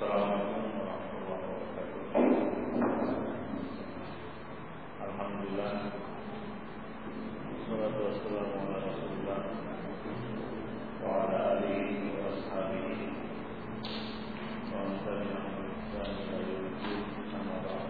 Assalamualaikum warahmatullahi wabarakatuh. Alhamdulillah, wassalatu wassalamu ala Rasulillah wa ala alihi wa ashabihi wa man tabi'ahum bi ihsan ila yaumil din. Amma ba'd.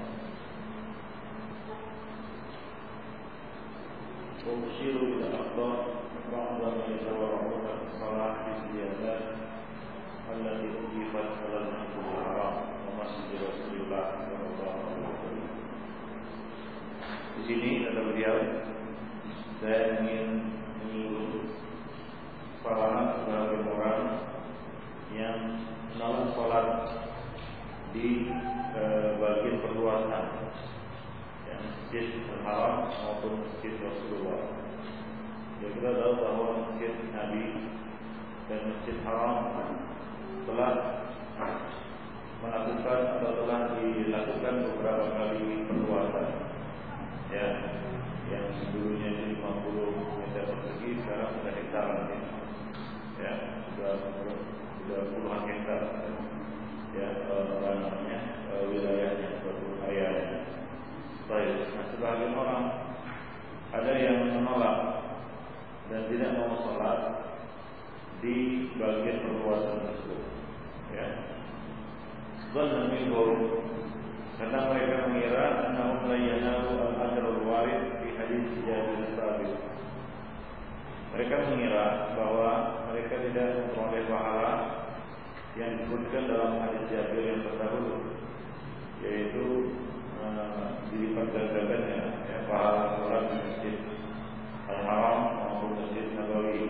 Ushiru ila aqdar ba'da ma yatawarra'una as-salat fi ziyadat allati udifat ala al-masjidil haram wa masjid Rasulullah sallallahu alaihi wasallam. Di sini kata beliau, saya ingin menyinggung kesalahan sebagian orang yang menolak sholat di bagian perluasan ya, Masjid Al-Haram maupun Masjid Rasulullah. Ya, kita tahu bahwa Masjid Nabi dan Masjid Haram telah melakukan atau telah dilakukan beberapa kali perluasan. Ya, yang dulunya 50 meter persegi sekarang sudah hektaran ya, sudah puluhan hektar ya, wilayahnya, suatu areanya. Baik, nah, sebagian orang ada yang menolak dan tidak mau sholat di bagian perluasan tersebut ya. Dhanna minhum, karena mereka mengira annahum la yanalu al-ajrul warid fi hadis Jabir as-Sabiq. Mereka mengira bahwa mereka tidak memperoleh pahala yang disebutkan dalam hadis Jabir yang terdahulu, yaitu dilipat gandakannya ya, pahala sholat di Masjid Al-Haram maupun Masjid Nabawi.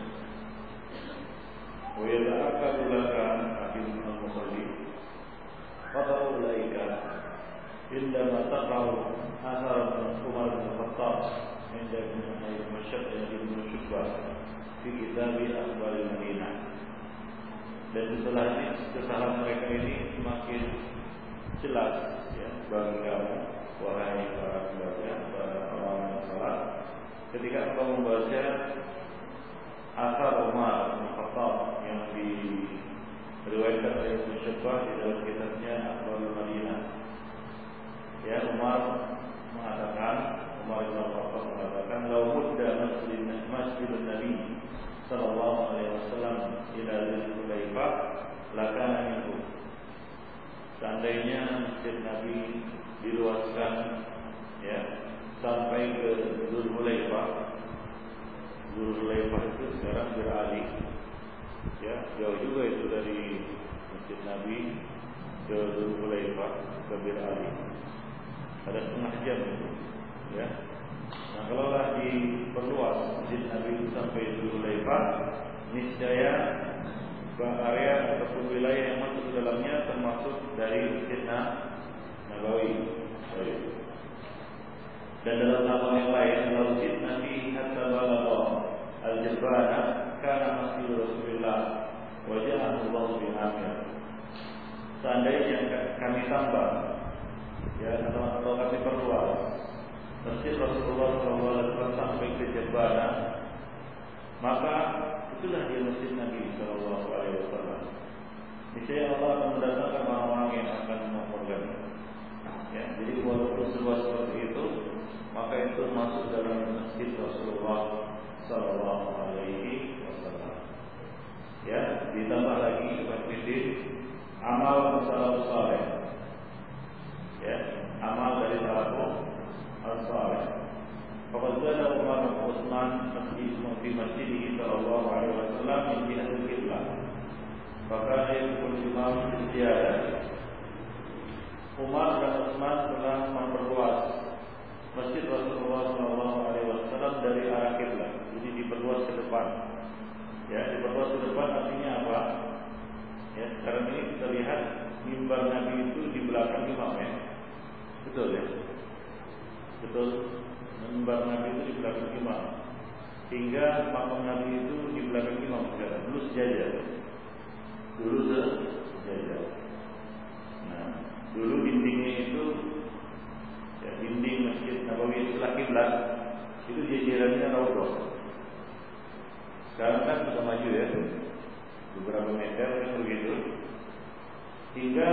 Wa yata'akkadu laka akhirul musalli qada'u ulaika illa ma taqa'u athar Umar bin Khattab inda Ibn Syubah fi kitab Akhbar al-Madinah. Dan setelah ini kesalahan mereka ini semakin jelas ya, bagi kamu wahai para pembaca, para orang salat, ketika engkau membaca athar Umar bin Khattab yang diriwayatkan oleh Ibn Syubah di dalam kitabnya Akhbar al-Madinah. Ya, Umar bin Khattab mengatakan, "Lau mudda masjidun Nabi sallallahu alaihi wasallam ila Dzulhulayfah lakana minhu." Seandainya Masjid Nabi diluaskan ya sampai ke Dzulhulayfah. Dzulhulayfah itu sekarang beralih ya, jauh juga itu dari Masjid Nabi ke Dzulhulayfah ke beralih. Ada setengah jam itu ya. Nah, kalaulah diperluas Masjid Nabi itu sampai Dzulhulayfah, niscaya area ataupun wilayah yang masuk ke dalamnya termasuk dari Masjid Nabawi. Dan dalam nama yang lain, Masjid Nabi hatta balagha al-jabana kana masjid Rasulullah wa ja'ahu Allah bihamir. Seandainya kami tambah ya, atau kami perluas Masjid Rasulullah SAW sampai ke Jabana, maka itulah dia Masjid Nabi SAW. Niscaya Allah akan mendatangkan orang-orang yang akan memperolehnya. Ya, jadi walaupun seluas seperti itu, maka itu masuk dalam Masjid Rasulullah SAW. Ya, ditambah lagi masjid amal salafus saleh. Ya, amal dari salafus saleh. Faqad zada Umar bin Utsman fi masjidih sallallahu alaihi wasallam min jihatil qiblah. Fakana yakul imam ziyadah. Umar dan Utsman telah memperluas Masjid Rasulullah sallallahu alaihi wasallam dari arah kiblat. Jadi diperluas ke depan. Ya, diperluas ke depan artinya apa? Ya, sekarang ini kita lihat mimbar Nabi itu di belakang imam ya. Betul ya? Betul. Mimbar Nabi itu di belakang imam. Hingga makam Nabi itu di belakang imam sekarang. Dulu sejajar. Nah, dulu dindingnya itu ya, dinding Masjid Nabawi setelah kiblat itu jajarannya raudhah. Sekarang kan sudah maju ya, beberapa meter kan begitu. Hingga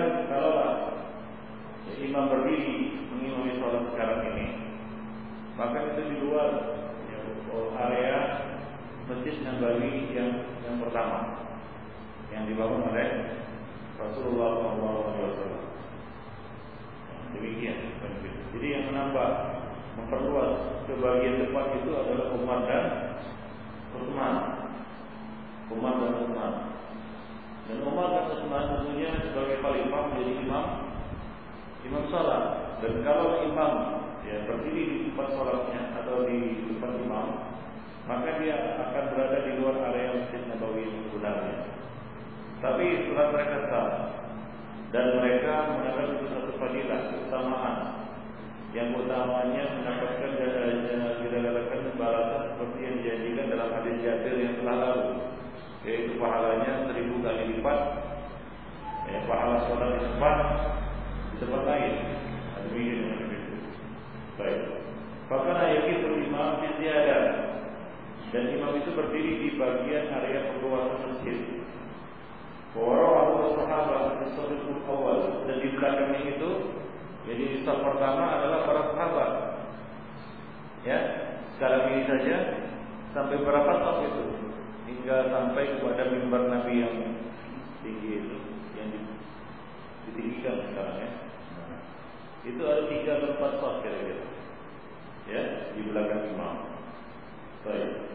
dibangun oleh Rasulullah SAW. Demikian. Jadi yang menambah, memperluas kebahagiaan tempat itu adalah Umar dan Utsman. Umar dan Utsman. Dan Umar dan Utsman tentunya sebagai khalifah menjadi imam salat. Dan kalau imam berdiri di tempat salatnya atau di tempat imam, maka dia akan berada di luar area Masjid Nabawi yang sebenarnya. Tapi surat mereka sah dan mereka mengatakan itu satu fadilah, keutamaan yang utamanya mendapatkan didapatkan balasan seperti yang dijanjikan dalam hadis Jabir yang telah lalu, yaitu pahalanya 1000 kali lipat, pahala sholat di tempat lain. Demikian dengan itu. Baik. Bahkan ayat imam di tiada, dan imam itu berdiri di bagian area perluasan masjid. Warawahu sahabat di saful awal, dan di belakangnya itu, jadi di saf pertama adalah para sahabat. Ya, sekarang ini saja sampai berapa saf itu? Hingga sampai kepada mimbar Nabi yang tinggi itu, yang ditinggikan sekarang ya. Nah, itu ada 3 atau 4 saf kira-kira. Ya, di belakang imam. Baik.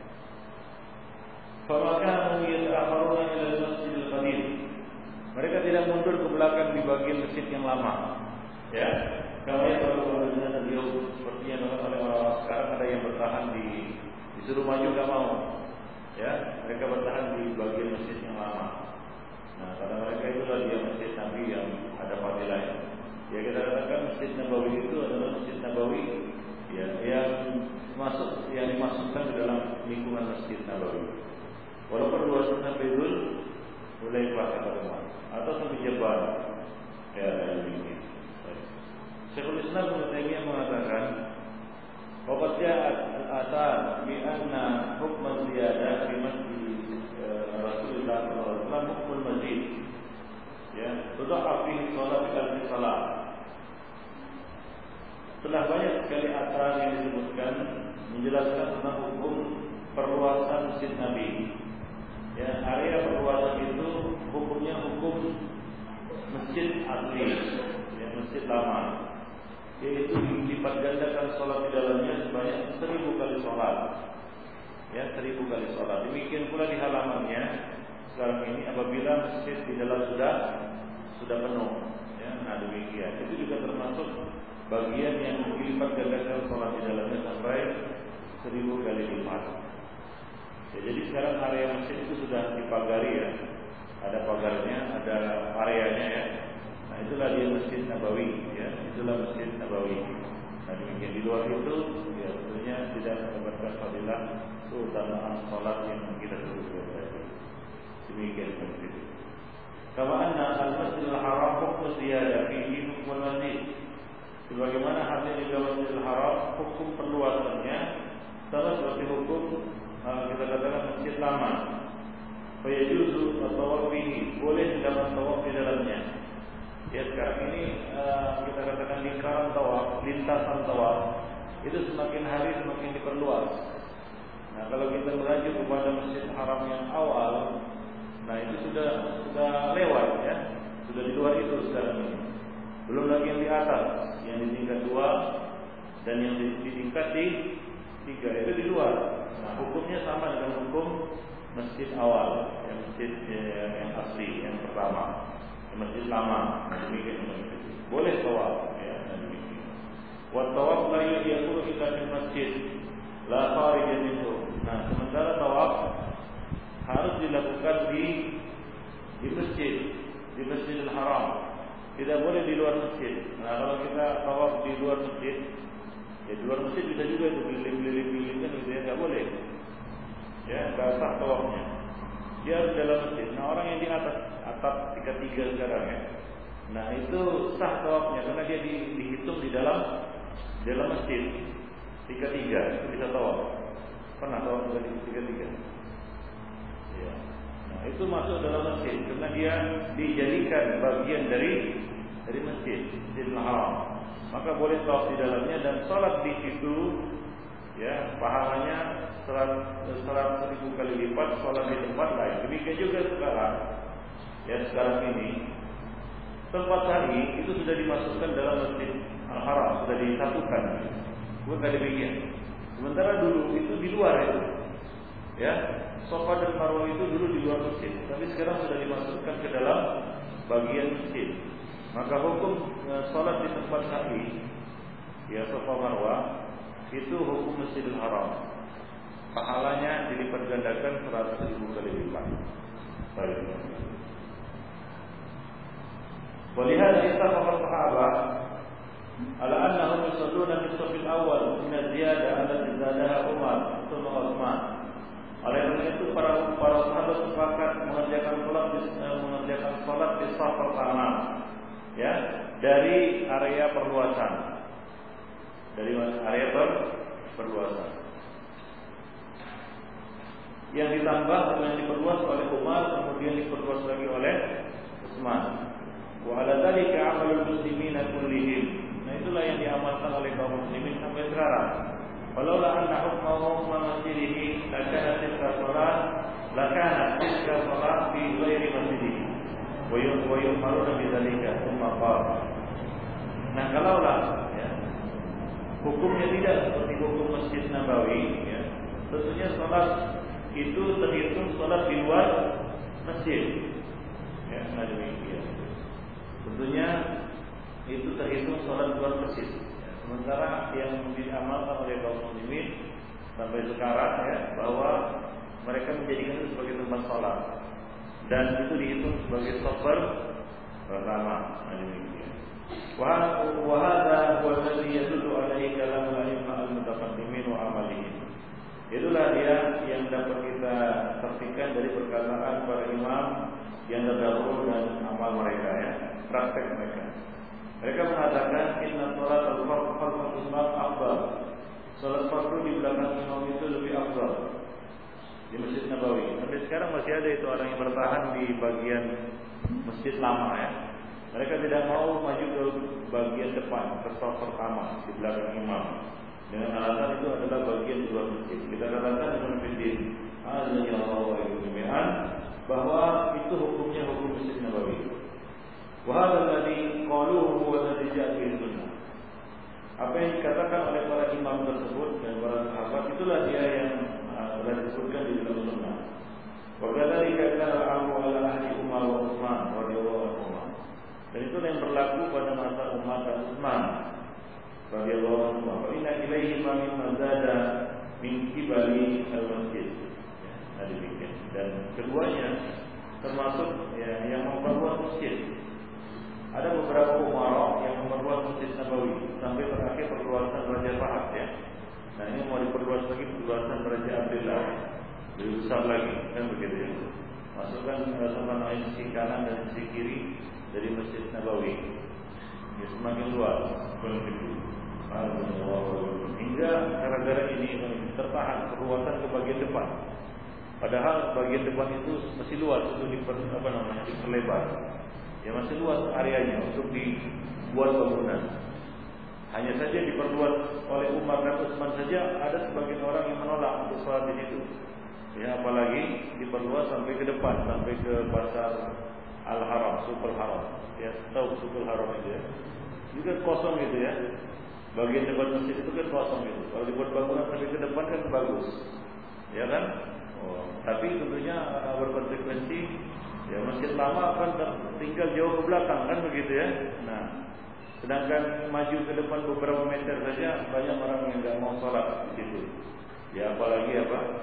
Famakanu yata'akharuna ila al-masjidil qadim. Mereka tidak mundur ke belakang di bagian masjid yang lama. Ya, kalau yang baru beliau seperti yang oleh orang sekarang ada yang bertahan disuruh maju enggak mau. Ya, mereka bertahan di bagian masjid yang lama. Nah, karena mereka itulah dia masjid Nabi yang ada fadilahnya. Ya, kita katakan Masjid Nabawi itu adalah Masjid Nabawi ya, yang dimasukkan ke dalam lingkungan Masjid Nabawi. Walaupun luasnya sampai mulai kata Umar atau sampai Jabal, ya ini. Syekhul Islam Ibnu Taimiyah mengatakan, "Waqad al-athar bi anna hukm ziyadah fi masjid Rasulullah sallallahu alaihi wasallam hukm mazid." Ya, tudha'af fihi shalat bi salat. Telah banyak sekali athar yang disebutkan menjelaskan tentang hukum perluasan Masjid Nabi. Ya, area perluasan itu hukumnya hukum masjid asli, ya, masjid lama, yaitu dilipat gandakan sholat di dalamnya sebanyak 1000 kali sholat, ya 1000 kali sholat. Demikian pula di halamannya sekarang ini apabila masjid di dalam sudah penuh, ya, nah demikian. Itu juga termasuk bagian yang dilipat gandakan sholat di dalamnya sampai 1000 kali lipat. Ya, jadi sekarang area masjid itu sudah dipagari ya, ada pagarnya, ada areanya ya. Nah itulah dia Masjid Nabawi ya, itulah Masjid Nabawi. Nah demikian, di luar itu ya tentunya tidak mendapatkan fadilah keutamaan sholat yang kita sebutkan tadi. Demikian begitu. Kama anna al-Masjidil Haram hukum ziyadah fihi hukum masjid. Sebagaimana halnya di Masjidil Haram hukum perluasannya sama seperti hukum kita katakan masjid lama. Fayajuzu at-tawaf fihi, boleh dilakukan tawaf di dalamnya. Ya sekarang ini kita katakan lingkaran tawaf, lintasan tawaf itu semakin hari semakin diperluas. Nah kalau kita merujuk kepada Masjid Haram yang awal, nah itu sudah lewat ya, sudah di luar itu sekarang ini. Belum lagi yang di atas, yang di tingkat 2 dan yang di tingkat 3 itu di luar. Nah, hukumnya sama dengan hukum masjid awal, yang masjid yang asli, yang pertama, yang masjid lama. Nah, demikian boleh tawaf, ya, demikian. Wa tawaf la yakunu illa fil masjid, la kharij minhu. Nah, sementara tawaf harus dilakukan di masjid, di Masjidil Haram. Tidak boleh di luar masjid. Nah, kalau kita tawaf di luar masjid, ya di luar masjid bisa juga itu keliling-keliling kan gitu ya, nggak boleh. Ya, nggak sah tawafnya. Dia harus dalam masjid. Nah, orang yang di atas atap tingkat 3 sekarang ya. Nah, itu sah tawafnya karena dia dihitung di dalam masjid. Tingkat 3 itu bisa tawaf. Pernah tawaf di tingkat 3? Ya. Nah, itu masuk dalam masjid karena dia dijadikan bagian dari Masjidil Haram. Maka boleh tawaf di dalamnya dan sholat di situ, ya pahalanya 100.000 kali lipat sholat di tempat lain. Demikian juga sekarang sekarang ini, tempat sa'i itu sudah dimasukkan dalam Masjid Al-Haram, sudah disatukan. Bukan demikian. Sementara dulu itu di luar itu. Ya, Safa dan Marwah itu dulu di luar masjid, tapi sekarang sudah dimasukkan ke dalam bagian masjid. Maka hukum salat di tempat sa'i, ya Safa Marwah, itu hukum Masjidil Haram. Pahalanya dilipat gandakan 100.000 kali lipat. Baik. Walihada ittafaqa as-sahabah ala annahum yusalluna fi as-saff al-awwal min az-ziyadah allati zadaha Umar thumma Utsman. Oleh karena itu para sahabat sepakat mengerjakan salat di saf pertama, ya, dari area perluasan. Dari area perluasan. Yang ditambah dengan diperluas oleh Umar, kemudian diperluas lagi oleh Utsman. Wa ala dzalika 'amalul muslimina kullihim. Nah, itulah yang diamalkan oleh kaum muslimin sampai sekarang. Walaula anna hukmuhu masjidihi lakanat tilka salat fi ghairi masjidihi. Wa yu'maruna bidzalika tsumma qala. Nah, kalaulah ya, hukumnya tidak seperti hukum Masjid Nabawi, ya, tentunya salat itu terhitung salat di luar masjid. Ya, nah demikian. Tentunya itu terhitung salat di luar masjid. Ya, sementara yang diamalkan oleh kaum muslimin sampai sekarang, ya, bahwa mereka menjadikan itu sebagai tempat salat dan itu dihitung sebagai safar pertama. Nah demikian. Wa hadza huwa alladhi yadullu alaihi kalamul a'imma al-mutaqaddimin wa amalihim. Itulah dia yang dapat kita saksikan dari perkataan para imam yang terdahulu dan amal mereka, ya, praktek mereka. Mereka mengatakan inna salat al-fardhu khalfal imam afdal. Salat fardu di belakang imam itu lebih afdal di Masjid Nabawi. Sampai sekarang masih ada itu orang yang bertahan di bagian masjid lama, ya. Mereka tidak mau maju ke bagian depan, ke saf pertama di belakang imam. Dengan alasan itu adalah bagian di luar masjid. Kita katakan dengan fiddin, Allah jami'an, bahwa itu hukumnya hukum Masjid Nabawi. Wa hadza alladhi qaluhu wa alladhi ja'a fi sunnah. Apa yang dikatakan oleh para imam tersebut dan para sahabat, itulah dia yang telah disebutkan di dalam sunnah. Wa kadzalika kana al-amru ala ahli Umar wa Utsman radhiyallahu anhum. Dan itulah yang berlaku pada masa Umar dan Utsman radhiyallahu anhu. Wa inna ilaihi ma mimma zada min qibali al-masjid. Ya, nah demikian. Dan keduanya termasuk, ya, yang memperluas masjid. Ada beberapa umara yang memperluas Masjid Nabawi sampai terakhir perluasan Raja Fahad, ya. Nah, ini mau diperluas lagi perluasan Raja Abdullah, lebih besar lagi, kan begitu, ya. Masukkan sama sisi kanan dan sisi kiri dari Masjid Nabawi, ya, semakin luas, begitu. Hingga gara-gara ini tertahan perluasan ke bagian depan. Padahal bagian depan itu masih luas untuk diperlebar. Ya, masih luas areanya untuk dibuat bangunan. Hanya saja diperluas oleh Umar dan Utsman saja, ada sebagian orang yang menolak untuk sholat di situ. Ya, apalagi diperluas sampai ke depan, sampai ke pasar Al-Haram, Suqul Haram. Ya, tahu Suqul Haram itu, ya. Juga kosong gitu, ya. Bagian depan masjid itu kan kosong itu. Kalau dibuat bangunan sampai ke depan kan bagus, ya kan? Oh, tapi tentunya berkonsekuensi, ya, masjid lama kan tinggal jauh ke belakang, kan begitu, ya. Nah, sedangkan maju ke depan beberapa meter saja banyak orang yang tidak mau sholat di situ. Ya, apalagi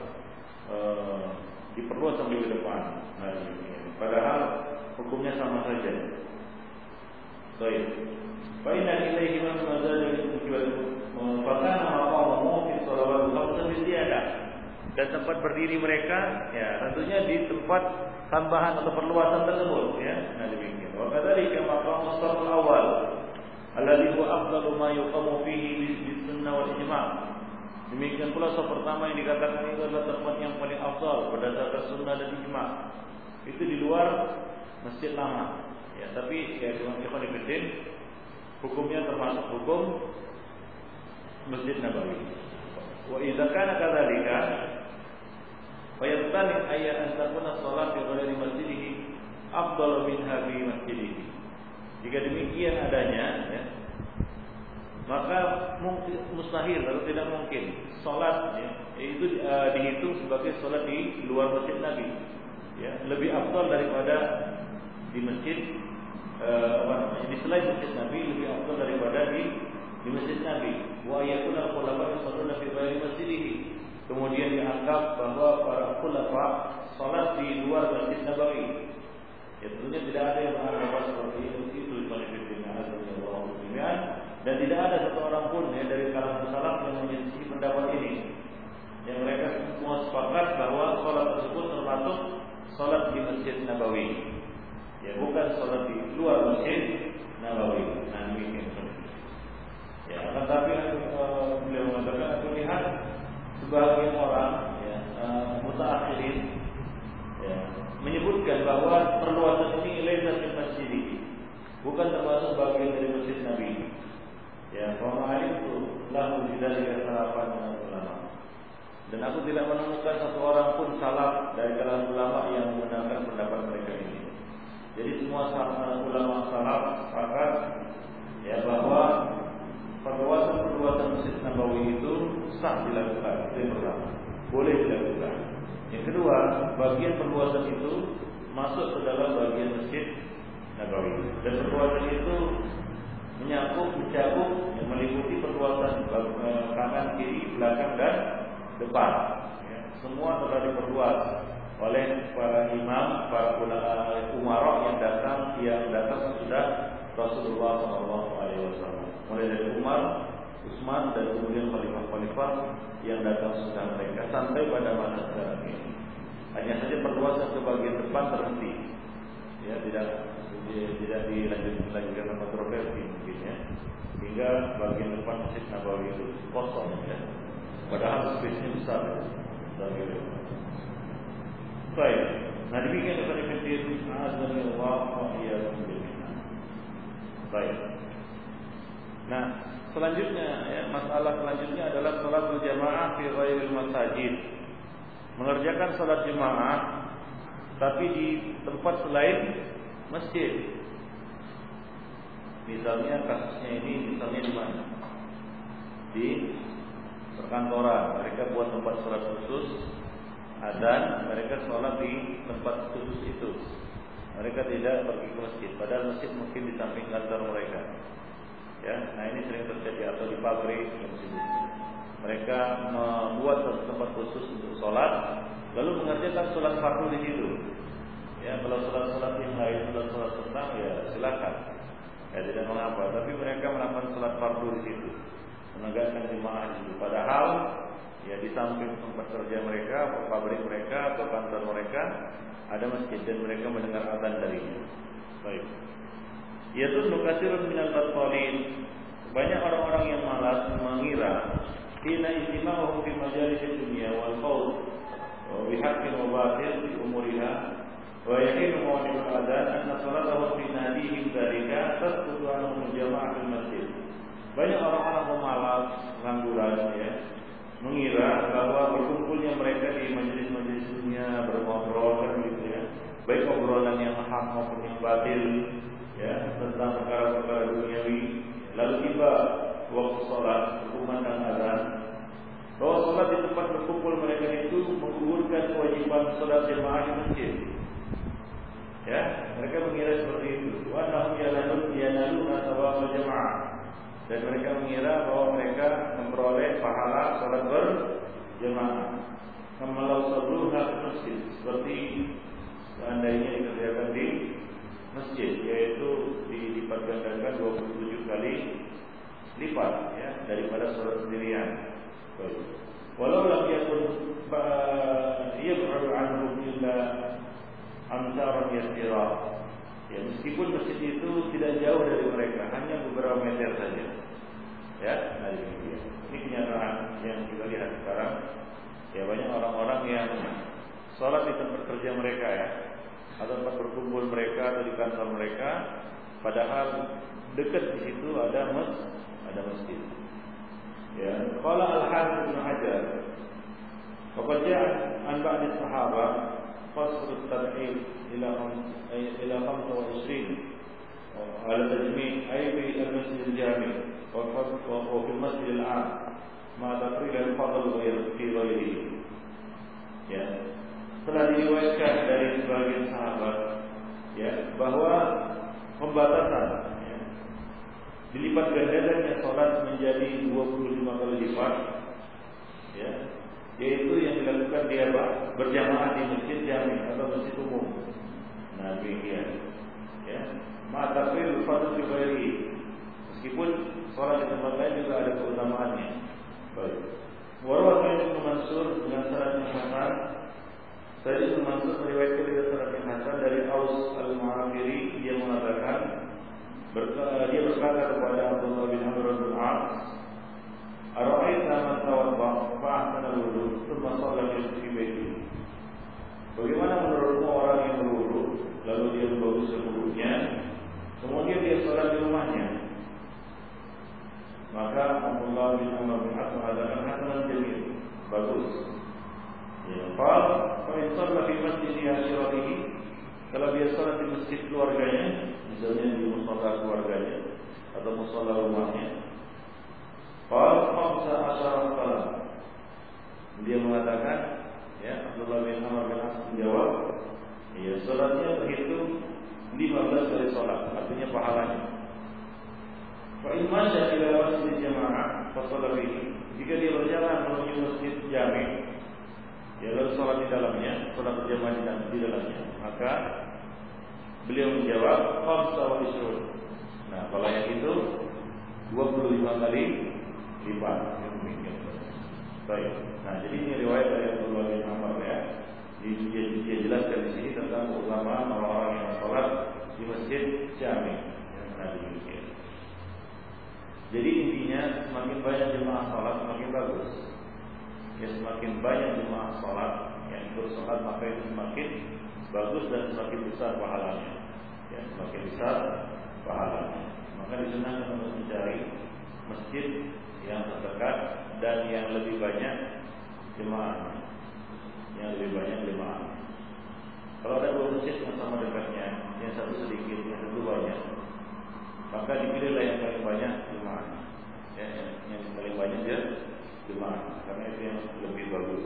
diperluas sampai ke depan. Nah, padahal hukumnya sama saja. Baik. Fa'inna ilaihi man mazada min tujuan fakana maqamuhu fi shalawat khamsah biziyadah. Dan tempat berdiri mereka, ya, tentunya di tempat tambahan atau perluasan tersebut, ya. Nah demikian. Wa kadzalika maqamu as-shaf al-awwal alladhi huwa afdalu ma yuqamu fihi bis-sunnah wal ijma'. Demikian pula shaf pertama yang dikatakan itu adalah tempat yang paling afdal berdasarkan sunnah dan ijma'. Itu di luar masjid lama. Ya, tapi ya ikhwan fillah, hukumnya termasuk hukum Masjid Nabawi. Wa idza kana kadzalika fa yastani ayya an takuna shalat fi ghairi masjidihi afdalu minha fi masjidihi. Jika demikian adanya, ya, maka mustahil atau tidak mungkin salat, ya, itu dihitung sebagai salat di luar masjid Nabi, ya, lebih afdal daripada di masjid di selain masjid Nabi, lebih afdal daripada di masjid Nabi. Wa yakuna al-khulafa yusalluna fi ghairi masjidihi. Kemudian dianggap bahwa para khulafa salat di luar masjid Nabawi. Ya, tentunya tidak ada yang menganggap seperti itu dan tidak ada satu orang pun, ya, dari kalangan salaf yang menyelisih pendapat ini. Yang mereka semua sepakat bahwa salat tersebut termasuk salat di Masjid Nabawi. Ya, bukan salat di luar Masjid Nabawi. Nah, demikian. Ya, tetapi beliau mengatakan, aku lihat sebagian orang, ya, mutaakhirin, ya, menyebutkan bahwa perluasan ini laisa fil masjid, bukan termasuk bagian dari Masjid Nabi. Ya, pemahaman itu lahu bidzalika salafan ulama. Dan aku tidak menemukan satu orang pun salaf dari kalangan ulama yang menggunakan pendapat mereka ini. Jadi semua ulama salaf sepakat, ya, bahwa perluasan Masjid Nabawi itu sah dilakukan. Itu yang pertama, boleh dilakukan. Yang kedua, bagian perluasan itu masuk ke dalam bagian Masjid Nabawi. Dan perluasan itu mencakup, yang meliputi perluasan kanan, kiri, belakang dan depan. Ya, semua telah diperluas oleh para imam, para umara yang datang sesudah Rasulullah SAW. Mulai dari Umar, Utsman dan kemudian khalifah-khalifah yang datang sesudah mereka sampai pada masa sekarang ini. Hanya saja perluasan ke bagian depan terhenti. Ya, tidak dilanjutkan kontroversi mungkin, ya, sehingga bagian depan Masjid Nabawi itu kosong, ya, padahal space-nya besar, ya. Baik, nah demikian kepada pendidik azanillah wa iyyakum jami'an. Baik. Nah, selanjutnya, ya, masalah selanjutnya adalah salat berjamaah fi ghairil masajid. Mengerjakan salat jemaah tapi di tempat selain masjid. Misalnya kasusnya ini, misalnya di mana? Di perkantoran, mereka buat tempat sholat khusus, adzan, mereka sholat di tempat khusus itu. Mereka tidak pergi ke masjid, padahal masjid mungkin di samping kantor mereka. Ya, nah ini sering terjadi, atau di pabrik. Mereka membuat satu tempat khusus untuk sholat, lalu mengerjakan sholat fardu di situ. Ya, kalau sholat yang lain, sholat sunnah, ya silakan, ya tidak mengapa. Tapi mereka melakukan sholat fardu di situ, menegakkan jemaah di situ. Padahal, ya di samping tempat kerja mereka, atau pabrik mereka, atau kantor mereka ada masjid dan mereka mendengar adzan darinya. Baik. Yaitu nukasirun minal batolin. Banyak orang-orang yang malas mengira hina istima'uhum fi majalis dunia wal qaul wa bihaqqin wa batil fi umuriha wa yaqinu mawani'ul adzan anna salatahu fi nadihim dzalika tasqutu anhum jama'ah fil masjid. Banyak orang-orang pemalas, pengangguran, ya, mengira bahwa berkumpulnya mereka di majelis-majelis dunia, berngobrol kan gitu, ya, baik obrolan yang hak maupun yang batil, ya, tentang perkara-perkara duniawi, lalu tiba waktu sholat, berkumandang azan, bahwa sholat di tempat berkumpul mereka itu menggugurkan kewajiban sholat jemaah di masjid. Ya, mereka mengira seperti itu. Wa nahum yanaluna thawab jemaah. Dan mereka mengira bahwa mereka memperoleh pahala sholat berjemaah. Kamalau sabluha ke masjid, seperti seandainya dikerjakan di masjid, yaitu dilipat gandakan 27 kali lipat, ya, daripada sholat sendirian. Walau lam yakun yab'adu anhu illa amsaran yasira. Ya, meskipun masjid itu tidak jauh dari mereka, hanya beberapa meter saja. Ya, nah demikian. Ini kenyataan yang kita lihat sekarang. Ya, banyak orang-orang yang sholat di tempat kerja mereka, ya, atau tempat berkumpul mereka atau di kantor mereka, padahal dekat di situ ada masjid. Ya, qala al-Hafiz Ibnu Hajar, "Faqad ja'a an ba'd as-sahabah قصر التبعيد إلى 25 على تجميع أي في المسجد الجامع وفي المسجد العام مع تقرير الفضل في غيره. Ya, telah diriwayatkan dari sebagian sahabat ya bahwa pembatasan ya, dilipat gandakannya salat menjadi 25 kali lipat ya, yaitu yang dilakukan dia berjamaah di masjid jami atau masjid umum. Nah, demikian ya. Ma'atafil fadl fi meskipun salat di tempat lain juga ada keutamaannya. Baik. Warwah Ibnu Mansur dengan sanad yang hasan. Said Ibnu Mansur meriwayatkan dengan sanad yang hasan dari Aus Al-Mu'afiri, dia mengatakan dia berkata kepada Abdullah bin Amr bin As, "Ara'aita man tawadda fa ahsana al-wudu, thumma shalla fi baitihi." Bagaimana menurutmu orang yang berwudu lalu dia membagus wudunya, kemudian dia salat di rumahnya? Maka Abdullah bin Amr bin As mengatakan hasanan jamil, bagus. Ya, qal fa in shalla fi masjid ashiratihi, kalau dia salat di masjid keluarganya, misalnya di musala keluarganya atau musala rumahnya, qal khamsa asyara salat. Dia mengatakan, ya, Abdullah bin Amr bin As menjawab, ya, salatnya terhitung 15 kali salat, artinya pahalanya. Fa in masya ila masjid jamaah fa shalla fihi, jika dia berjalan menuju masjid jami, ya, lalu salat di dalamnya, salat berjamaah di dalamnya, maka beliau menjawab khamsa wa ishrun. Nah, kalau yang itu 25 kali lipat. Baik. Nah, jadi ini riwayat dari Abdullah bin Amr ya. Dia jelaskan di sini tentang keutamaan orang-orang yang salat di masjid jami yang pernah demikian. Jadi intinya semakin banyak jemaah salat semakin bagus. Ya, semakin banyak jemaah salat yang ikut salat maka itu semakin bagus dan semakin besar pahalanya. Ya, semakin besar pahalanya. Maka disunahkan untuk mencari masjid yang terdekat dan yang lebih banyak jemaah. Yang lebih banyak jemaah. Kalau ada dua masjid yang sama dekatnya, yang satu sedikit, yang satu banyak, maka dipilihlah yang paling banyak jemaah. Ya, yang paling banyak dia jemaah, karena itu yang lebih bagus.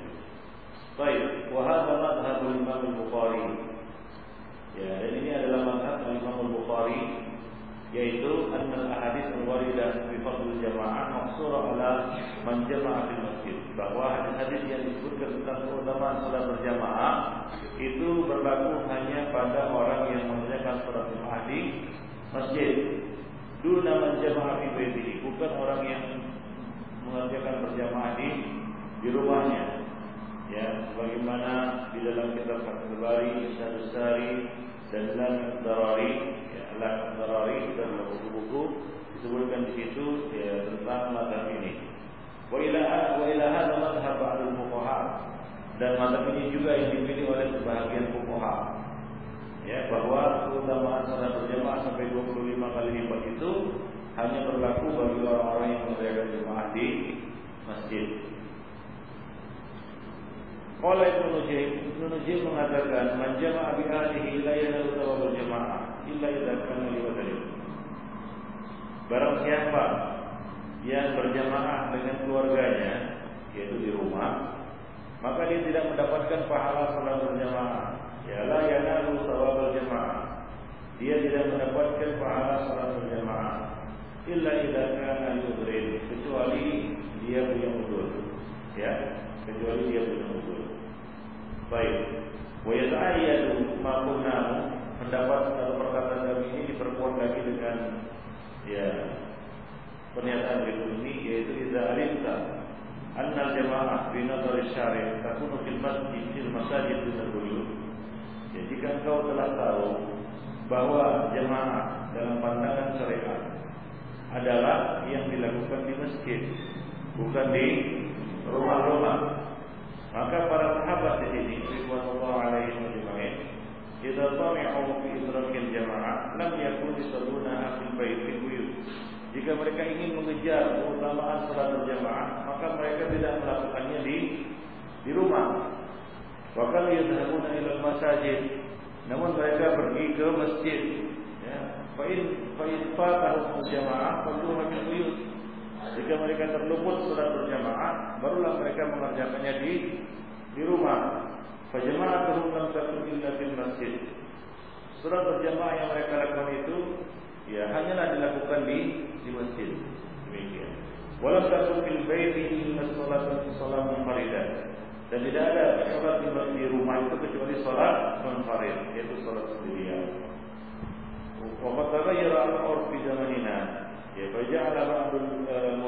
Baik, wa hadza madhhabul Imam Al-Bukhari. Ya, dan ini adalah mazhab Imam Al-Bukhari, yaitu anna al-ahadits al-waridah fi fadl jamaah maqsura ala man jama'a fil masjid, bahwa hadis-hadis yang disebutkan tentang keutamaan salat berjamaah itu berlaku hanya pada orang yang mengerjakan salat jamaah di masjid, duna man jama'a fi baitihi, bukan orang yang mengerjakan berjamaah di rumahnya. Ya, sebagaimana di dalam kitab Fathul Bari, Syarh Sari dan dalam Darari, ya, Darari dan buku-buku disebutkan di situ ya tentang mazhab ini. Wa ila hadha madhhab ba'd al-fuqaha, dan mazhab ini juga yang dipilih oleh sebahagian fuqaha. Ya, bahwa keutamaan salat berjamaah sampai 25 kali lipat itu hanya berlaku bagi orang-orang yang mengerjakan jamaah di masjid. Qala Ibnu Nujim mengatakan, man jama'a bi ahlihi la yanalu thawabal jamaah illa idza kana li wadari. Barang siapa yang berjamaah dengan keluarganya, yaitu di rumah, maka dia tidak mendapatkan pahala salat berjamaah. Ya, la yanalu thawabal jamaah. Dia tidak mendapatkan pahala salat berjamaah illa idza kana li wadari, kecuali dia punya udzur. Ya, kecuali dia punya udzur. Baik. Wa yata'ayyadu ma qulnahu, pendapat atau perkataan kami ini diperkuat lagi dengan ya pernyataan berikut ini, yaitu idza alimta anna al-jamaah bi nazar asy-syari' takunu fil masajid dun al-buyut. Ya, jika engkau telah tahu bahwa jamaah dalam pandangan syariat adalah yang dilakukan di masjid, bukan di rumah-rumah, maka para sahabat di sini, ridwanullah alaihim ajma'in, idza sami'u fi idrakil jamaah lam yakun yusalluna fil baiti buyut. Jika mereka ingin mengejar keutamaan salat berjamaah, maka mereka tidak melakukannya di rumah. Wa kanu yadhhabuna ila al-masajid, namun mereka pergi ke masjid. Ya, fa in fatahum jamaah falluha min buyut. Jika mereka terluput salat berjamaah, barulah mereka mengerjakannya di rumah. Fa jama'atuhum lam takun illa fil masjid. Salat berjamaah yang mereka lakukan itu ya hanyalah dilakukan di masjid. Demikian. Walam takun fil baiti illa salat munfaridah. Dan tidak ada salat di rumah itu kecuali salat munfarid, yaitu salat sendirian. Wa qad taghayyara al-'urf fi zamanina. Ya, faja'ala ba'dul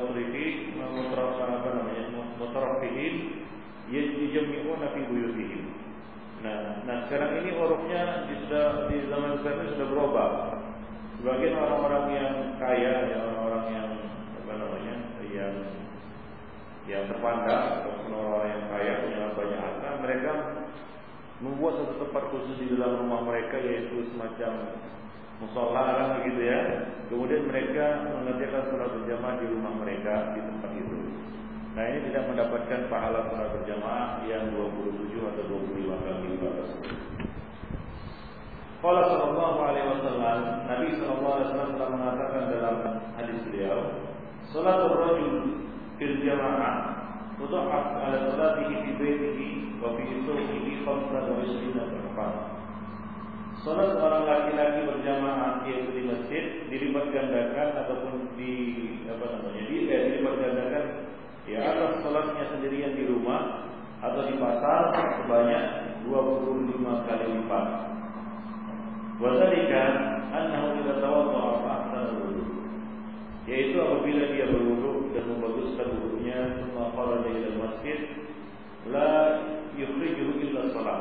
mutrafihin yajma'una fi buyutihim. Nah, sekarang ini urufnya di zaman sekarang sudah berubah. Sebagian orang-orang yang kaya, orang-orang yang yang terpandang ataupun orang-orang yang kaya punya banyak harta, mereka membuat satu tempat khusus di dalam rumah mereka, yaitu semacam mushola begitu ya. Kemudian mereka mengerjakan salat berjamaah di rumah mereka di tempat itu. Nah, ini tidak mendapatkan pahala salat berjamaah yang 27 atau 25 kali lipat tersebut. Qala sallallahu alaihi wasallam, Nabi sallallahu alaihi wasallam telah mengatakan dalam hadis beliau, salatul rajul fil jamaah tudha'af ala salatihi fi baitihi wa fi suqihi 25 darajat. Salat orang laki-laki berjamaah yaitu di masjid dilipat gandakan ataupun dilipat gandakan ya atas salatnya sendirian di rumah atau di pasar sebanyak 25 kali lipat. Wa dzalika annahu idza tawadda'a fa ahsana al-wudu, yaitu apabila dia berwudu dan membaguskan wudunya, thumma kharaja ila al-masjid la yukhrijuhu illa shalah.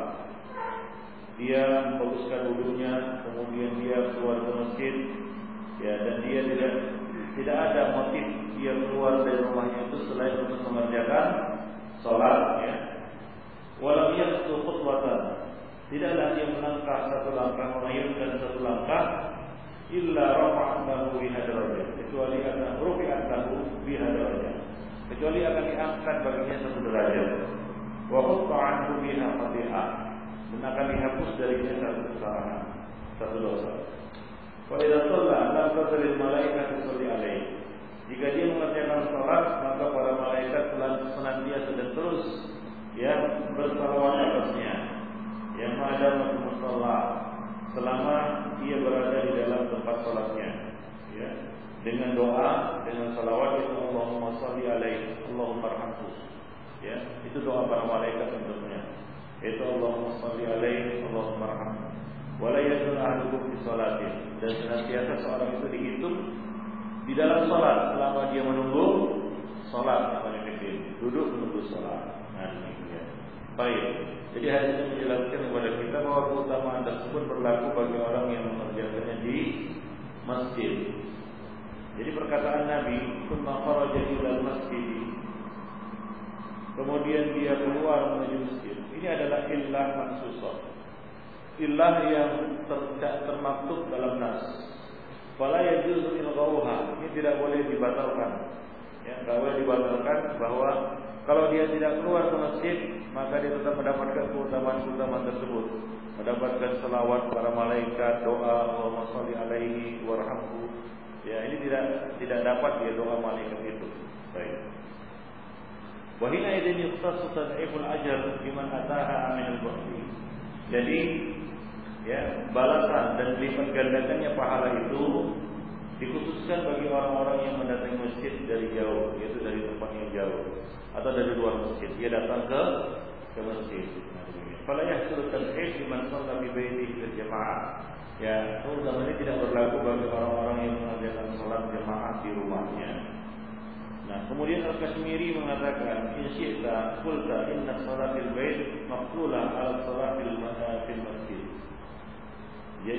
Dia membaguskan wudunya, kemudian dia keluar ke masjid, ya, dan dia tidak ada motif dia keluar dari rumahnya itu selain untuk mengerjakan salat, ya. Walam yaqtu khutwatan, tidaklah dia melangkah satu langkah, mengayunkan satu langkah, illa rafa'at lahu biha darajah, kecuali akan rufi'at lahu biha darajah, kecuali akan diangkat baginya satu derajat. Wa khutta anhu biha khati'ah, dan akan dihapus darinya satu kesalahan, satu dosa. Wa idza shalla lam tazalil malaikatu tusalli alaihi, jika dia mengerjakan salat maka para malaikat senantiasa dan terus ya bersalawat atasnya, yang ada musalla, selama ia berada di dalam tempat salatnya, ya, dengan doa, dengan salawat itu Allahumma shalli alaihi, Allahumma arhamhu, ya, itu doa para malaikat untuknya, yaitu Allahumma shalli alaihi, Allahumma arhamhu. Wala yazul ahadukum fi salati, dan senantiasa seorang itu dihitung di dalam salat selama dia menunggu salat, duduk menunggu salat. Nah, demikian. Baik. Jadi hadis ini menjelaskan kepada kita bahwa keutamaan tersebut berlaku bagi orang yang mengerjakannya di masjid. Jadi perkataan Nabi, "Tsumma kharaja ilal masjid", kemudian dia keluar menuju masjid. Ini adalah illah mansusah, illah yang termaktub dalam nas. Fala yajuzu ilghauha, ini tidak boleh dibatalkan. Ya, tidak boleh dibatalkan bahwa kalau dia tidak keluar ke masjid, maka dia tetap mendapatkan keutamaan-keutamaan tersebut, mendapatkan selawat para malaikat, doa Allahumma shalli alaihi warhamhu. Ya, ini tidak dapat dia doa malaikat itu. Baik. Wa hina idzin yukhtassu tad'iful ajr biman ataha min al-bu'di. Jadi ya, balasan dan lipat gandakannya pahala itu dikhususkan bagi orang-orang yang mendatangi masjid dari jauh, yaitu dari tempat yang jauh atau dari luar masjid. Dia datang ke masjid. Fala yahsul tad'if liman shalla bi baitihi fil jamaah. Ya, keutamaan ini tidak berlaku bagi orang-orang yang mengerjakan salat jamaah di rumahnya. Nah, kemudian Al-Kashmiri mengatakan, "In syi'ta qulta inna salatil bait maqbulah ala salatil masjid." Ya,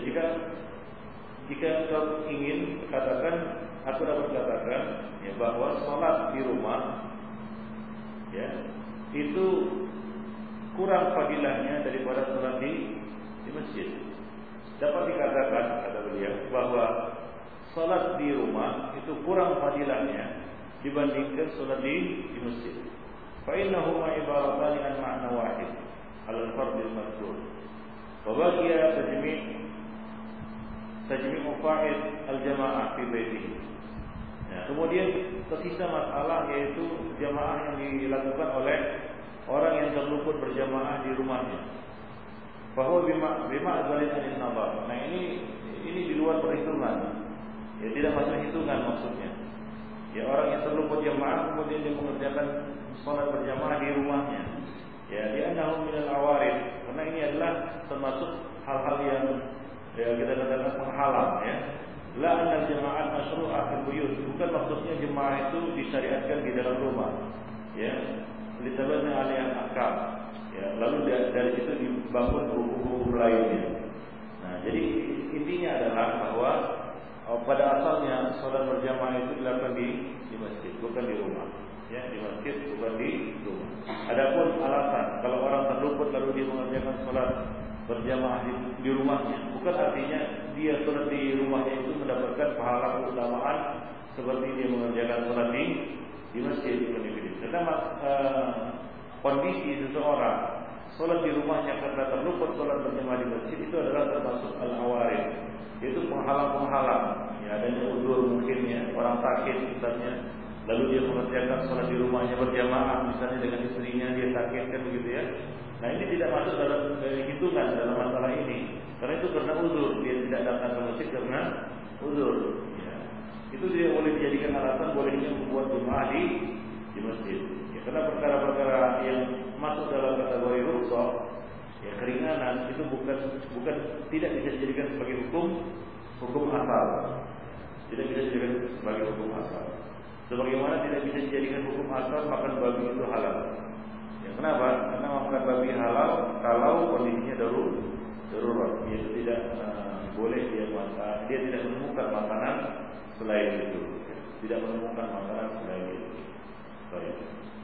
jika kau ingin katakan, aku dapat katakan ya, bahwa salat di rumah ya itu kurang fadilahnya daripada salat di masjid. Dapat dikatakan, kata beliau, bahwa salat di rumah itu kurang fadilahnya dibandingkan salat di masjid. Fa innahuma ibaratani an ma'na wahid. al-fard al-mazkur. Wa baqiya tajmi' fa'id al-jama'ah fi baitihi. Ya, kemudian tersisa masalah yaitu jamaah yang dilakukan oleh orang yang terluput berjamaah di rumahnya. Bahwa bima azalin anil nazar. Nah ini di luar perhitungan. Ya tidak masuk hitungan maksudnya. Ya orang yang terluput jamaah kemudian dia mengerjakan salat berjamaah di rumahnya. Ya li'annahu minal awarid. Karena ini adalah termasuk hal-hal yang kita katakan penghalang ya. La anna jama'at masyru'ah fil buyut. Bukan maksudnya jemaah itu disyariatkan di dalam rumah. Ya. Litabana 'alaiha ahkam. Ya, lalu dari situ dibangun hukum-hukum lainnya. Nah, jadi intinya adalah bahwa pada asalnya salat berjamaah itu dilakukan di masjid, bukan di rumah. Ya, di masjid bukan di rumah. Adapun alasan kalau orang terluput lalu dia mengerjakan salat berjamaah di rumahnya, bukan artinya dia salat di rumahnya itu mendapatkan pahala keutamaan seperti dia mengerjakan salat di masjid. Karena kondisi seseorang salat di rumahnya karena terluput salat berjamaah di masjid itu adalah termasuk al-awarid, yaitu penghalang-penghalang. Ya, adanya udzur mungkin ya, orang sakit misalnya, lalu dia mengerjakan salat di rumahnya berjamaah misalnya dengan istrinya, dia sakit kan begitu ya. Nah ini tidak masuk dalam hitungan dalam masalah ini, karena itu karena udzur, dia tidak datang ke masjid karena udzur. Ya. Itu tidak boleh dijadikan alasan bolehnya membuat jemaah di masjid. Karena perkara-perkara yang masuk dalam kategori rukhsah, ya keringanan itu bukan tidak bisa dijadikan sebagai hukum asal. Tidak bisa dijadikan sebagai hukum asal. Sebagaimana tidak bisa dijadikan hukum asal makan babi itu halal. Ya, kenapa? Karena makan babi halal kalau kondisinya darurat. Yaitu tidak boleh dia tidak menemukan makanan selain itu. Tidak menemukan makanan selain itu. Baik.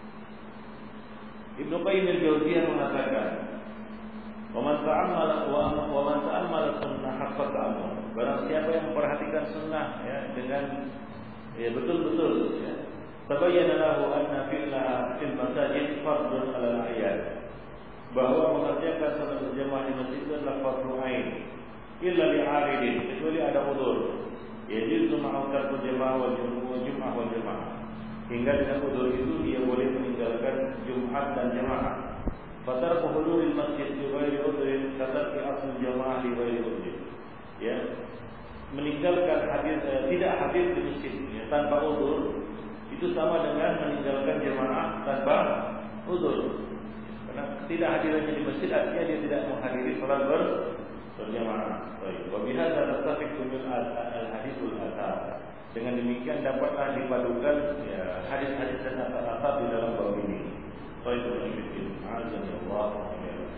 Ibnu Qayyim al-Jauziyah mengatakan, "Wa man ta'ammala sunnah haqqa ta'ammul." Barang siapa yang memperhatikan sunnah ya dengan betul-betul ya, tabayyana lahu anna fi'laha fil masajid fardun 'alal a'yan. Bahwa mengerjakan salat berjamaah di masjid itu adalah fardhu ain illa li'aridin, kecuali ada udzur. Yajizu ma'al tarkul jamaah wal jum'ah wal jamaah. Hingga dengan udzur itu dia boleh meninggalkan Jumat dan jamaah. Fatar hulul masjid bi ghairi udhrin katarki asl jamaah di ghairi udhrin. Ya. Meninggalkan tidak hadir di masjid ya, tanpa udzur itu sama dengan meninggalkan jamaah tanpa udzur. Karena tidak hadirnya di masjid artinya dia tidak menghadiri salat berjamaah. Baik. Wa bihadza tattafiqu bil al-hadithul athar. Dengan demikian dapatlah dipadukan ya, hadis-hadis dan asar-asar di dalam bab ini. Baiklah ini azanillah.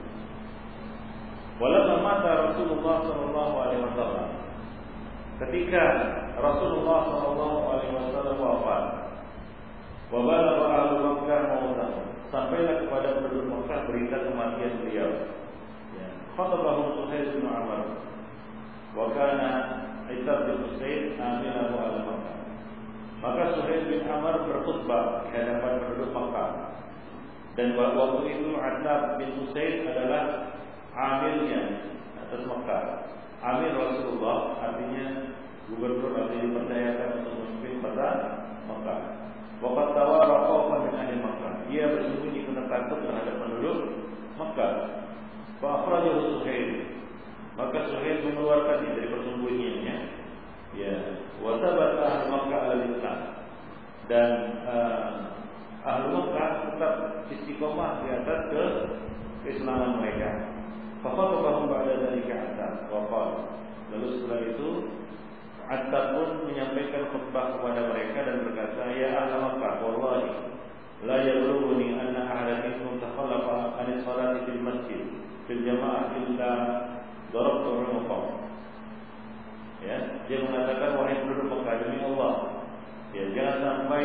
Walamma mata Rasulullah sallallahu alaihi wasallam. Ketika Rasulullah sallallahu alaihi wasallam wafat, wa balagha ahlu Makkah mautahu. Sampailah kepada penduduk Makkah berita kematian beliau. Ya, khatabahu Suhail bin Amr. Wa kana Aisyah bin Usaid amilahu al-Makkah. Maka Suhail bin Amr berkhutbah di hadapan penduduk Makkah. Dan waktu itu Aisyah bin Usaid adalah amilnya atas Makkah. Amil Rasulullah artinya gubernur atau dipercayakan untuk memimpin kota Makkah. Waqad tawara khawfan min ahli Makkah. Ia bersembunyi karena takut terhadap penduduk Makkah. Fa akhrajahu Suhail. Maka Suhail mengeluarkannya dari persembunyiannya. Ya, wa thabata ahli Makkah al-Islam. Dan ahli Makkah tetap istiqomah di atas keislaman mereka. Fa khatabahum ba'da dzalika Attab wa qala. Lalu setelah itu Attab pun menyampaikan khutbah kepada mereka dan berkata, "Ya ahli Makkah, wallahi la yablughuni anna ahadan minkum takhallafa an salati fil masjid fil jamaah illa darabtu unuqah." Ya, dia mengatakan, wahai penduduk Makkah, demi Allah, ya jangan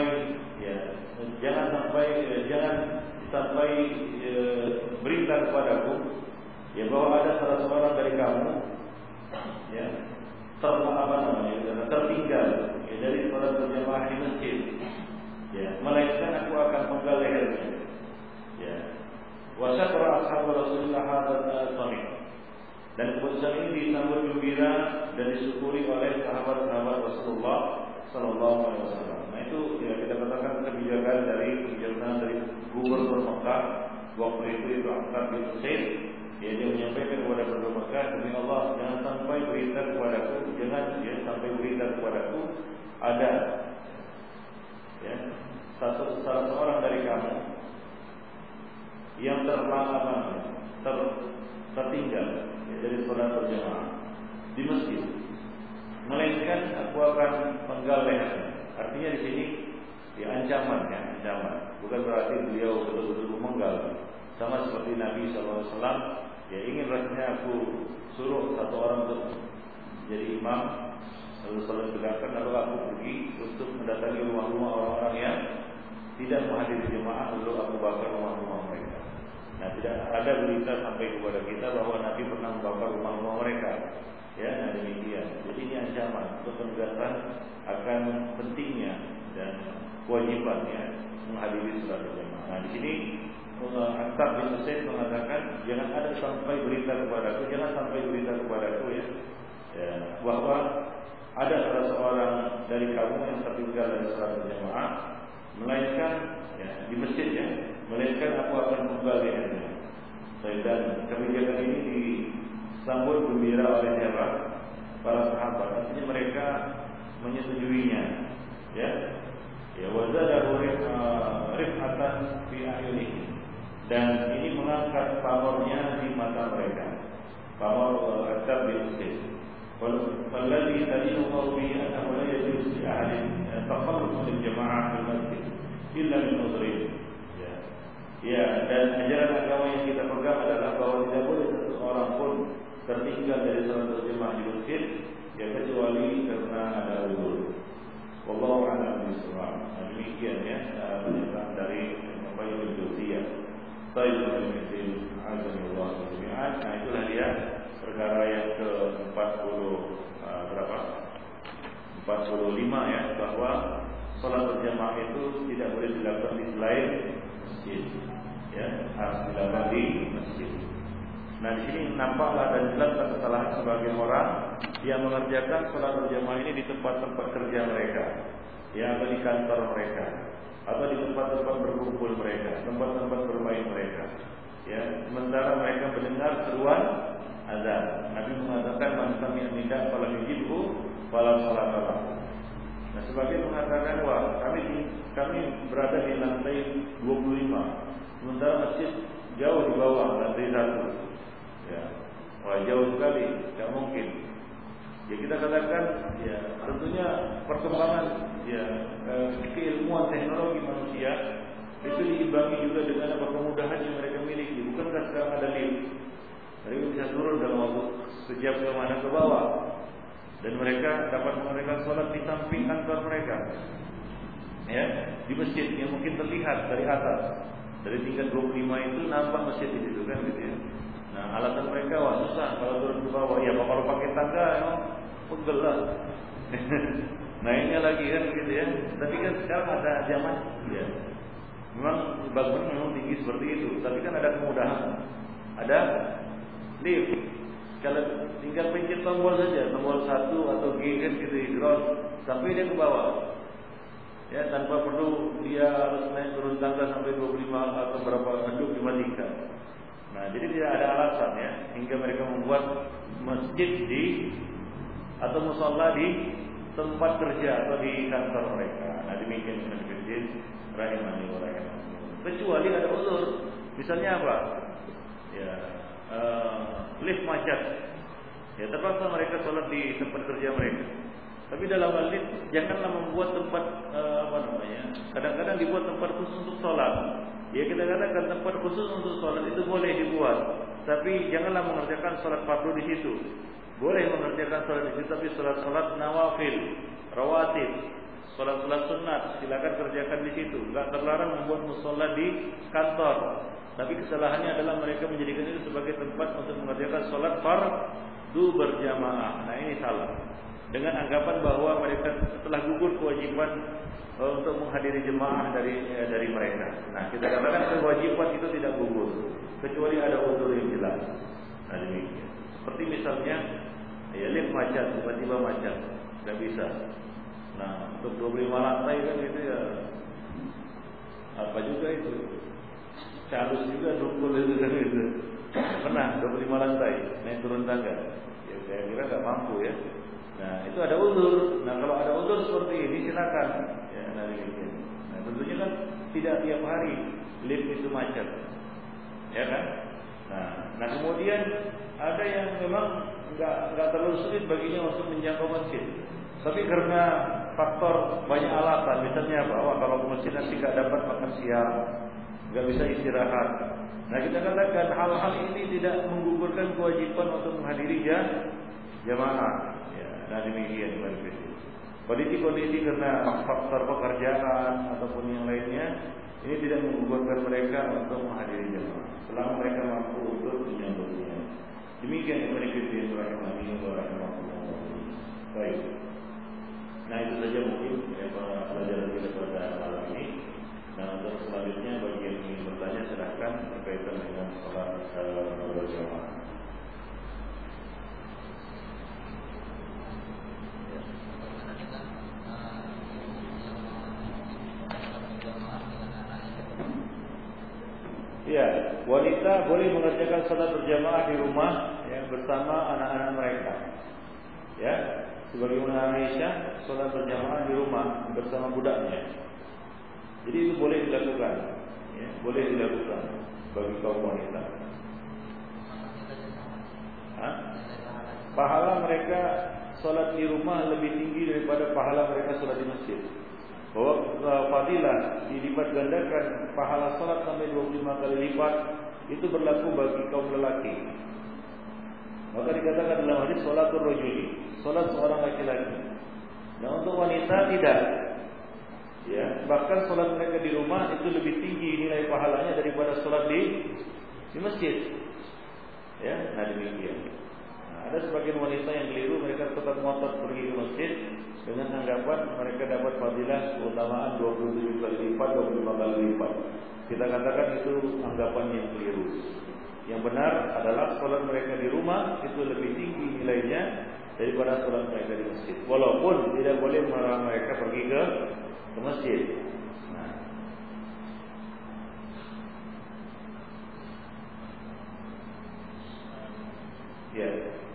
sampai berita kepadaku ya bahwa ada salah seorang dari kamu ya tertinggal ya, dari salat berjamaah di masjid ya, melainkan aku akan menggal lehernya ya, Wa syakara ashabu Rasulillah hadzal sami'. Dan keputusan ini disambut gembira dan disyukuri oleh sahabat-sahabat Rasulullah sallallahu alaihi wasallam. Nah itu ya kita katakan kebijakan dari gubernur Mekah waktu itu Ammar bin Zaid. Dia menyampaikan kepada penduduk Mekah, demi Allah jangan sampai berita kepadaku ada ya salah seorang dari kamu yang tertinggal dari sholat berjamaah di masjid, melainkan aku akan penggal lehernya. Artinya di sini ancaman, bukan berarti beliau betul-betul memenggal. Sama seperti Nabi SAW, ingin rasanya aku suruh satu orang untuk jadi imam, lalu salat tegakkan, lalu aku pergi untuk mendatangi rumah-rumah orang-orang yang tidak menghadiri jemaah, lalu aku bakar rumah-rumah mereka. Nah, tidak ada berita sampai kepada kita bahwa Nabi pernah membakar rumah-rumah mereka. Ya, nah demikian. Jadi ini ancaman untuk penegasan akan pentingnya dan kewajibannya menghadiri salat berjamaah. Nah, di sini Ammar bin Zaid mengatakan jangan sampai berita kepadaku ya, bahwa ada salah seorang dari kamu yang tertinggal dari salat berjamaah, melainkan di masjid melainkan aku akan menggal lehernya. Dan kebijakan ini disambut gembira oleh para sahabat. Artinya mereka menyetujuinya. Wazadahu rifatan fi ayunihi. Dan ini mengangkat pamornya di mata mereka. Pamor Ammar bin Zaid. Walladhi tadinu qawmi annahu la yajuzu li ahadin taqarrub min jamaah fil masjid illa min udhrin. Dan ajaran agama yang kita pegang adalah bahwa tidak boleh seseorang pun tertinggal dari salat berjamaah di masjid kecuali karena ada uzur. Wallahu a'lam bishawab. Demikian penjelasan dari Ibnu Jauziyah. Baik, azanillah jami'an. Nah, itulah dia perkara yang ke-40 45 bahwa salat berjamaah itu tidak boleh dilakukan di selain masjid. Harus dilakukan di masjid. Nah, di sini nampaklah dan jelas kesalahan sebagian orang yang mengerjakan salat berjamaah ini di tempat-tempat kerja mereka, atau di kantor mereka, atau di tempat-tempat berkumpul mereka, tempat-tempat bermain mereka. Sementara mereka mendengar seruan azan. Nabi mengatakan man sami'a nidaa fala yujibhu fala sholata lahu. Nah, sebagian mengatakan wah kami berada di lantai 25. Sementara masjid jauh di bawah lantai 1. Wah, jauh sekali, tidak mungkin. Kita katakan tentunya perkembangan keilmuan teknologi manusia itu diimbangi juga dengan kemudahan yang mereka miliki. Bukankah sekarang ada lift? Mereka bisa turun dalam waktu sejam ke mana ke bawah, dan mereka dapat mengerjakan sholat di samping kantor mereka. Di masjid yang mungkin terlihat dari atas. Dari tingkat 25 itu nampak masjid di situ kan gitu ya. Nah, alasan mereka wah susah kalau turun ke bawah. Kalau pakai tangga emang pegel lah. Naiknya lagi kan gitu ya. Tapi kan sekarang ada zaman memang bangunan memang tinggi seperti itu, tapi kan ada kemudahan. Ada lift. Kalau tinggal pencet tombol saja, tombol 1 atau G kan gitu hidros sampai dia ke bawah. Tanpa perlu dia harus naik turun tangga sampai 25 atau berapa henduk 5 tingkat. Nah, jadi tidak ada alasan hingga mereka membuat masjid atau musalla di tempat kerja atau di kantor mereka. Nah, demikian masjid rahimani wa rahimakumullah. Kecuali ada uzur. Misalnya apa? Lift macet. Terpaksa mereka sholat di tempat kerja mereka. Tapi dalam hal ini janganlah membuat tempat kadang-kadang dibuat tempat khusus untuk sholat. Kita katakan tempat khusus untuk sholat itu boleh dibuat, tapi janganlah mengerjakan sholat fardu di situ. Boleh mengerjakan sholat di situ, tapi sholat nawafil, rawatib, sholat sunat silakan kerjakan di situ. Enggak terlarang membuat musholla di kantor. Tapi kesalahannya adalah mereka menjadikan itu sebagai tempat untuk mengerjakan sholat fardu berjamaah. Nah, ini salah. dengan anggapan bahwa mereka telah gugur kewajiban untuk menghadiri jemaah dari mereka. Nah, kita katakan kewajiban itu tidak gugur kecuali ada uzur yang jelas. Nah, demikian. Seperti misalnya ya lift macet, tiba-tiba macet, nggak bisa. Nah, untuk 25 lantai kan itu ya apa juga itu, calus juga dukul itu kan itu. Pernah 25 lantai naik turun tangga, ya saya kira nggak mampu ya. Nah, itu ada uzur. Nah, kalau ada uzur seperti ini silakan ya. Nah, tentunya kan tidak tiap hari lift itu macet, ya kan? Nah kemudian ada yang memang nggak terlalu sulit baginya untuk menjangkau masjid, tapi karena faktor banyak alasan, misalnya bahwa kalau ke masjid nanti nggak dapat makan siang, nggak bisa istirahat. Nah, kita katakan hal-hal ini tidak menggugurkan kewajiban untuk menghadiri jamaah. Ya, nah demikian kondisi karena faktor pekerjaan ataupun yang lainnya, ini tidak menggugurkan mereka untuk menghadiri jamaah selama mereka mampu untuk menyambutnya. Demikian kepada rahimani wa rahimakumullah. Baik. Nah, itu saja mungkin pelajaran kita pada malam ini. Nah, untuk selanjutnya bagi yang ingin bertanya silahkan berkaitan dengan sholat berjamaah. Ya, wanita boleh mengerjakan sholat berjamaah di rumah ya, bersama anak-anak mereka. Ya, sebagaimana Aisyah sholat berjamaah di rumah bersama budaknya. Jadi itu boleh dilakukan, ya, boleh dilakukan bagi kaum wanita. Pahala mereka sholat di rumah lebih tinggi daripada pahala mereka sholat di masjid. Bahwa fadilah dilipat gandakan pahala salat sampai 25 kali lipat itu berlaku bagi kaum lelaki. Maka dikatakan dalam hadis salatul rajuli, salat seorang laki-laki. Nah, untuk wanita tidak. Ya, bahkan salat mereka di rumah itu lebih tinggi nilai pahalanya daripada salat di masjid. Ya, nah demikian. Nah, ada sebagian wanita yang keliru, mereka tetap ngotot pergi ke masjid dengan anggapan mereka dapat fadilah keutamaan 27 kali lipat, 25 kali lipat. Kita katakan itu anggapan yang keliru. Yang benar adalah sholat mereka di rumah itu lebih tinggi nilainya daripada sholat mereka di masjid. Walaupun tidak boleh melarang mereka pergi ke masjid. Nah. Ya.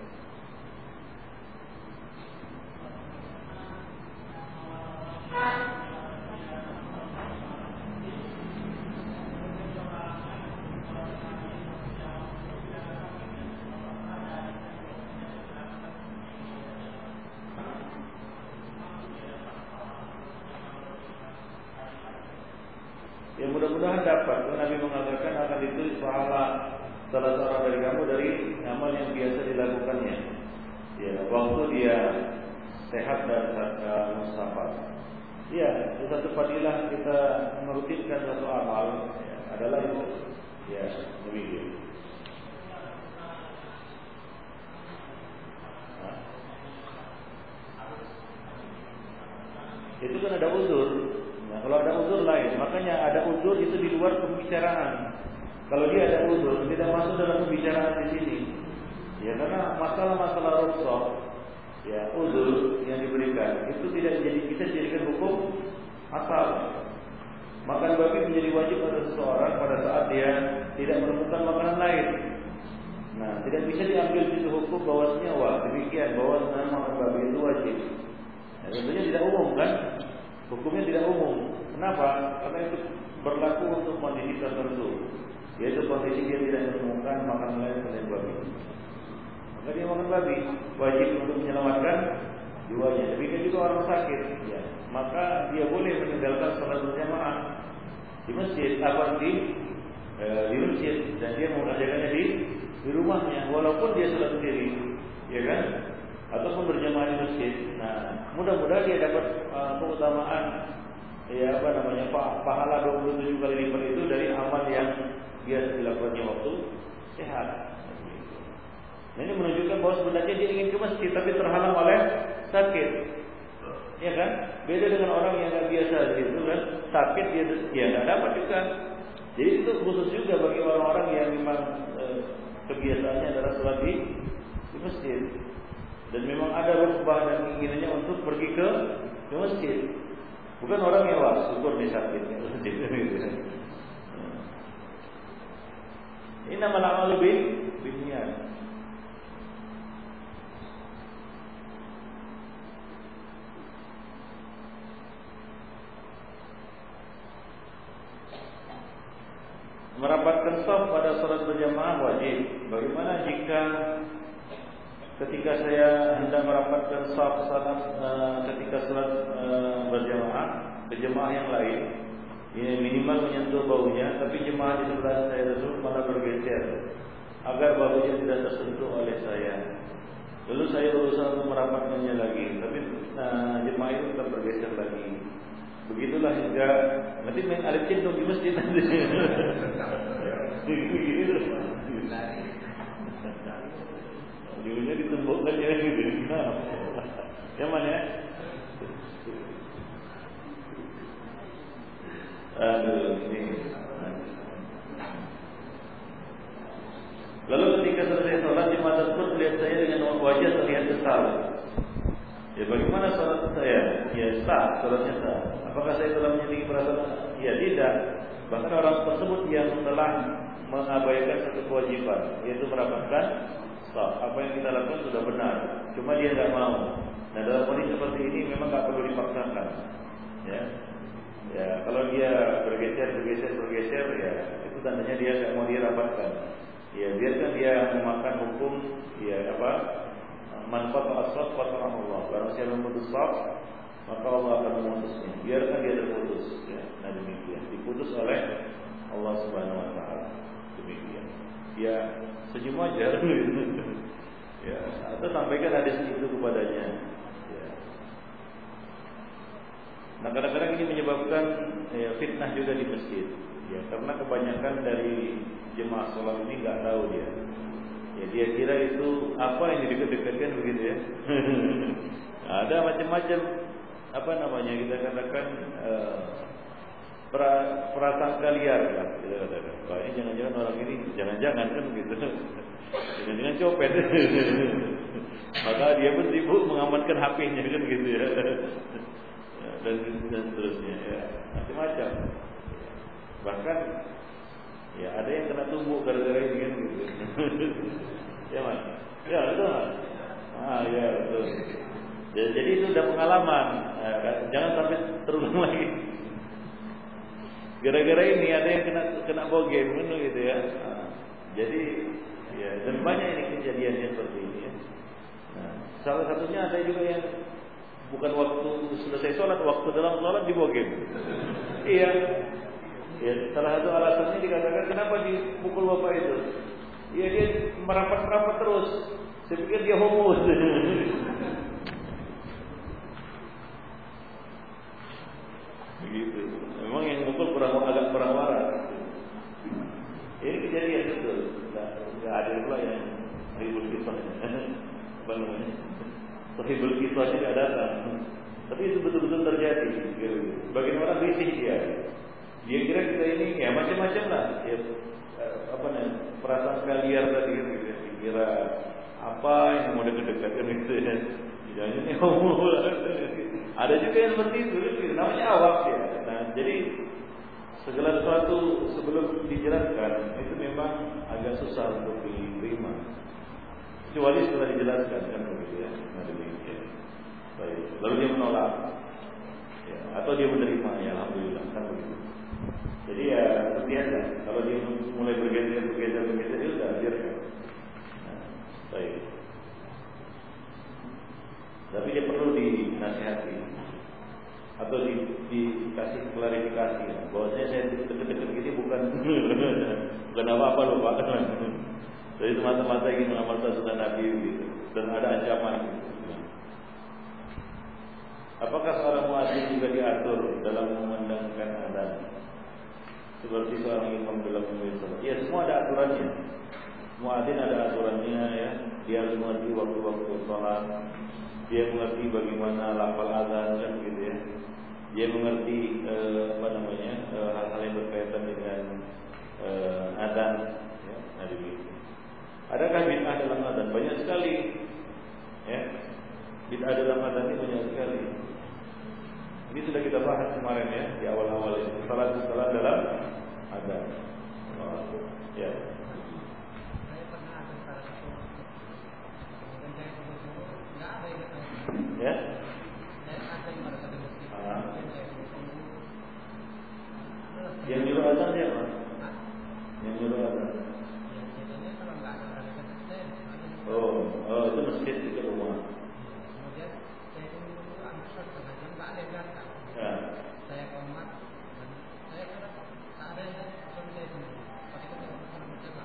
Ya, mudah-mudahan dapat. Nabi mengatakan akan ditulis pahala salah seorang dari kamu dari amal yang biasa dilakukannya. Ya, waktu dia sehat dan mustafad. Ya, itu satu fadilah kita merutinkan satu amal ya, adalah itu. Ya, demikian. Itu kan ada uzur. Nah, kalau ada uzur lain, makanya ada uzur itu di luar pembicaraan. Kalau dia ada uzur, tidak masuk dalam pembicaraan di sini. Ya, karena masalah-masalah rukhsah, ya uzur yang diberikan itu tidak jadi kita jadikan hukum asal. Makan babi menjadi wajib pada seseorang pada saat dia tidak menemukan makanan lain. Nah, tidak bisa diambil itu hukum bahwasanya wah demikian bahwasanya makan babi itu wajib. Nah, tentunya tidak umum kan? Hukumnya tidak umum. Kenapa? Karena itu berlaku untuk kondisi tertentu, yaitu kondisi dia tidak menemukan makanan lain selain babi. Maka dia makan babi, wajib untuk menyelamatkan jiwanya. Demikian juga orang sakit, ya. Maka dia boleh meninggalkan sholat berjamaah di masjid, di masjid, dan dia mengerjakannya di rumahnya, walaupun dia sholat sendiri, ya kan? Ataupun berjamaah di masjid. Nah, mudah-mudahan dia dapat keutamaan ya pahala 27 kali lipat itu dari amal yang biasa dilakukannya waktu sehat. Nah, ini menunjukkan bahwa sebenarnya dia ingin ke masjid tapi terhalang oleh sakit, ya kan? Beda dengan orang yang nggak biasa itu kan, sakit dia nggak dapat juga. Jadi itu khusus juga bagi orang-orang yang memang kebiasaannya adalah sholat di masjid, dan memang ada rukbah dan keinginannya untuk pergi ke masjid. Bukan orang yang wah syukur nih sakit. Ini nama lebih niat. Merapatkan shaf pada salat berjamaah wajib. Bagaimana jika ketika saya hendak merapatkan shaf ketika salat berjamaah ke jemaah yang lain, ini minimal menyentuh baunya, tapi jemaah di sebelah saya tersebut malah bergeser agar baunya tidak tersentuh oleh saya. Lalu saya berusaha untuk merapatkannya lagi, tapi jemaah itu tetap bergeser lagi. Begitulah hingga nanti main alit cintung di masjid nanti. Begitu. Ujungnya ditembokkan ya gitu. Yang mana ya? Aduh, ini. Lalu ketika selesai sholat, jemaah tersebut melihat saya dengan wajah terlihat kesal. Ya bagaimana sholat saya? Ya sah, sholatnya sah. Apakah saya telah menyelidiki perasaan? Ya tidak. Bahkan orang tersebut yang telah mengabaikan satu kewajiban, yaitu merapatkan shaf. Apa yang kita lakukan sudah benar, cuma dia nggak mau. Nah dalam kondisi seperti ini memang nggak perlu dipaksakan. Ya kalau dia bergeser, ya itu tandanya dia nggak mau dirapatkan. Ya biarkan dia memakan hukum, ya apa? Manfaat as-shaf Allah. Barang siapa memutus shaf, maka Allah akan memutusnya. Biarkan dia terputus. Ya, nah demikian. Diputus oleh Allah Subhanahu Wa Taala. Demikian. Ya senyum aja. Ya, atau sampaikan hadis itu kepadanya. Ya. Nah kadang-kadang ini menyebabkan fitnah juga di masjid. Ya, karena kebanyakan dari jemaah sholat ini nggak tahu dia. Ya dia kira itu apa yang didekat-dekatkan begitu ya. Ada macam-macam apa namanya kita katakan prasangka liar lah kita katakan. Wah ini jangan-jangan orang ini jangan-jangan kan begitu. Jangan-jangan copet. Maka dia pun sibuk mengamankan HP-nya kan gitu ya. Dan seterusnya ya macam-macam. Bahkan ya ada yang kena tumbuk gara-gara ini kan gitu. Ya mas, ya betul mas. Ya betul. Jadi itu udah pengalaman. Jangan sampai terulang lagi. Gara-gara ini ada yang kena bogem gitu ya. Jadi ya dan banyak ini kejadiannya seperti ini ya. Nah, salah satunya ada juga yang bukan waktu selesai sholat, waktu dalam sholat dibogem. Iya. Ya, salah satu alasannya dikatakan kenapa dipukul bapak itu? Ya dia merapat-merapat terus. Saya pikir dia homo. Begitu. Memang yang mukul agak kurang waras. Ini kejadian betul. Nggak ada pula yang ribut kisah. Apa namanya? Ribut kisahnya nggak datang. Tapi itu betul-betul terjadi. Bagian orang risih dia. Dia kira kita ini ya macam-macam lah. Ya, apa namanya? Prasangka liar tadi gitu. Dikira apa yang mau dekat-dekatkan gitu ya. Jangan ini homo. Ada juga yang seperti itu. Namanya awam ya. Nah, jadi segala sesuatu sebelum dijelaskan itu memang agak susah untuk diterima. Kecuali setelah dijelaskan kan begitu ya. Nah, demikian. Baik. Lalu dia menolak. Ya, atau dia menerima ya alhamdulillah kan begitu. Jadi ya biasa. Kalau dia mulai bergeser dia sudah biarkan. Nah, baik. Tapi dia perlu dinasihati atau dikasih klarifikasi bahwasanya saya dekat-dekat gini bukan apa-apa loh Pak. Jadi semata-mata ingin mengamalkan sunnah Nabi gitu. Dan ada ancaman. Apakah seorang muadzin juga diatur dalam memandangkan adzan seperti seorang imam dalam memulai salat? Ya semua ada aturannya. Muadzin ada aturannya ya. Dia harus mengerti waktu-waktu salat. dia mengerti bagaimana lafal azan kan gitu ya. Dia mengerti hal-hal yang berkaitan dengan azan ya, Adakah bid'ah dalam azan? Banyak sekali. Ya. Bid'ah dalam azan ini banyak sekali. Ini sudah kita bahas kemarin ya di awal-awal ini. Salat dalam azan. Ya. Ya. Yang nyuruh azan siapa? Yang nyuruh azan. Oh, itu masjid di rumah. Ya. Saya komat dan saya kira tak ada yang suami saya sendiri. Tapi itu tidak pernah mencoba.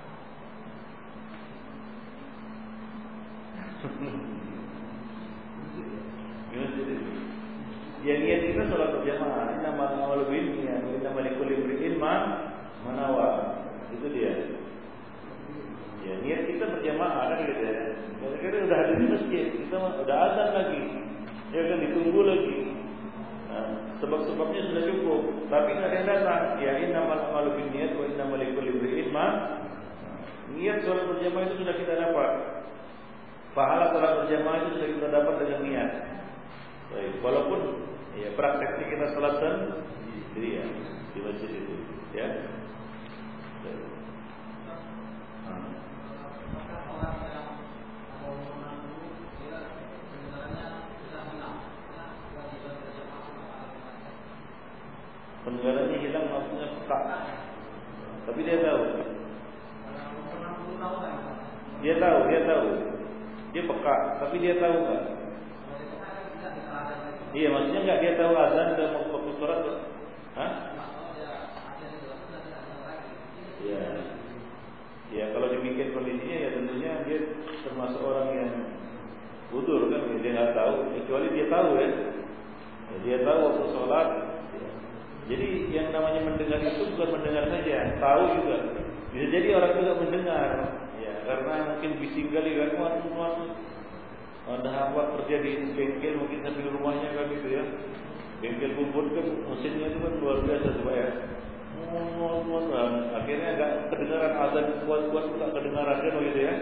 Ya niat kita sholat berjamaah. Ini nama awal binnya. Ini nama likulli imri'in manawa. Itu dia. Ya niat kita berjamaah kan gitu ya. Kira-kira udah ada di masjid, kita udah azan lagi. Ya kan ditunggu lagi. Sebab-sebabnya sudah cukup, tapi nggak ada yang datang. Ya innamal a'malu binniyat wa innamal likulli imri'in ma. Niat sholat berjamaah itu sudah kita dapat. Pahala sholat berjamaah itu sudah kita dapat dengan niat. Baik, walaupun ya prakteknya kita sholat sendiri ya di masjid itu, ya. Pendengarannya hilang maksudnya peka. Tapi dia tahu. Dia tahu. Dia peka, tapi dia tahu enggak? Iya, maksudnya enggak dia tahu azan dan waktu sholat. Hah? Iya. Ya, kalau demikian kondisinya ya tentunya dia termasuk orang yang bodoh kan, dia enggak tahu, kecuali dia tahu ya. Dia tahu waktu sholat. Jadi yang namanya mendengar itu bukan mendengar saja, tahu juga. Bisa jadi orang juga mendengar, ya karena mungkin bising kali kan, ada apa kerja di bengkel mungkin sambil rumahnya kan gitu ya. Bengkel kumpul kan mesinnya itu kan luar biasa supaya akhirnya agak kedengaran azan kuat-kuat enggak kedengaran kan gitu ya.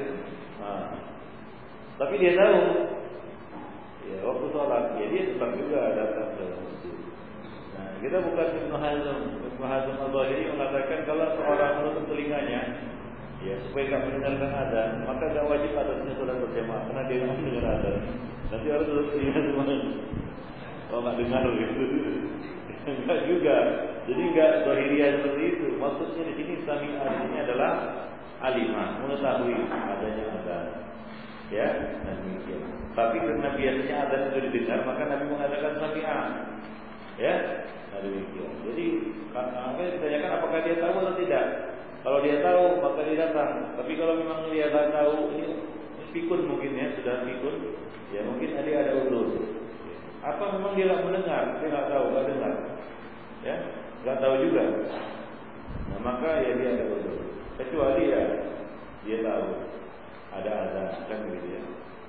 Tapi dia tahu, ya waktu sholat, ya dia tetap juga datang ke masjid. Kita bukan Ibnu Hazm al-Zahiri mengatakan kalau seorang menutup telinganya, ya supaya tidak mendengarkan azan, maka tidak wajib atasnya sholat berjamaah karena dia tidak mendengar azan. Nanti harus tutup telinga semua. Kalau nggak dengar gitu, enggak juga. Jadi enggak Zahiriyah seperti itu. Maksudnya di sini sami'ah ini adalah alimah, mengetahui adanya azan. Ya, dan demikian. Tapi karena biasanya azan itu didengar, maka Nabi mengatakan sami'ah. Ya. Demikian. Jadi ditanyakan apakah dia tahu atau tidak. Kalau dia tahu maka dia datang. Tapi kalau memang dia tidak tahu, ini pikun mungkin ya, sudah pikun, ya mungkin dia ada uzur. Apa memang dia tidak mendengar, dia tidak tahu, tidak dengar, ya, tidak tahu juga. Nah maka ya dia ada uzur. Kecuali ya dia tahu ada azan kan begitu ya.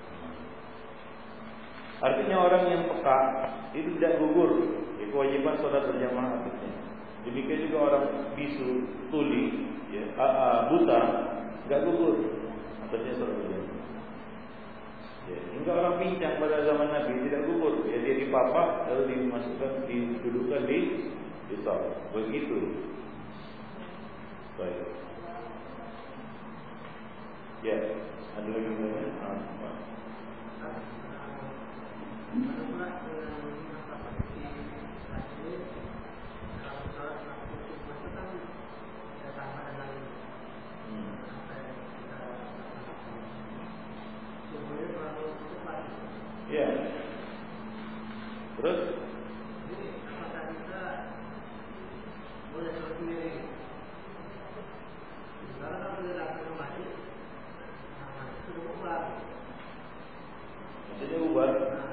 Artinya orang yang peka itu tidak gugur kewajiban sholat berjamaah artinya. Demikian juga orang bisu, tuli, ya, buta, tidak gugur atasnya sholat berjamaah. Ya, hingga orang pincang pada zaman Nabi tidak gugur, ya dia dipapak lalu dimasukkan, didudukkan di sholat. Begitu. Baik. Ya, ada lagi yang ya. Terus apakah kita boleh sholat sendiri? Karena kalau kita lakukan masjid, itu ubah. Maksudnya ubah?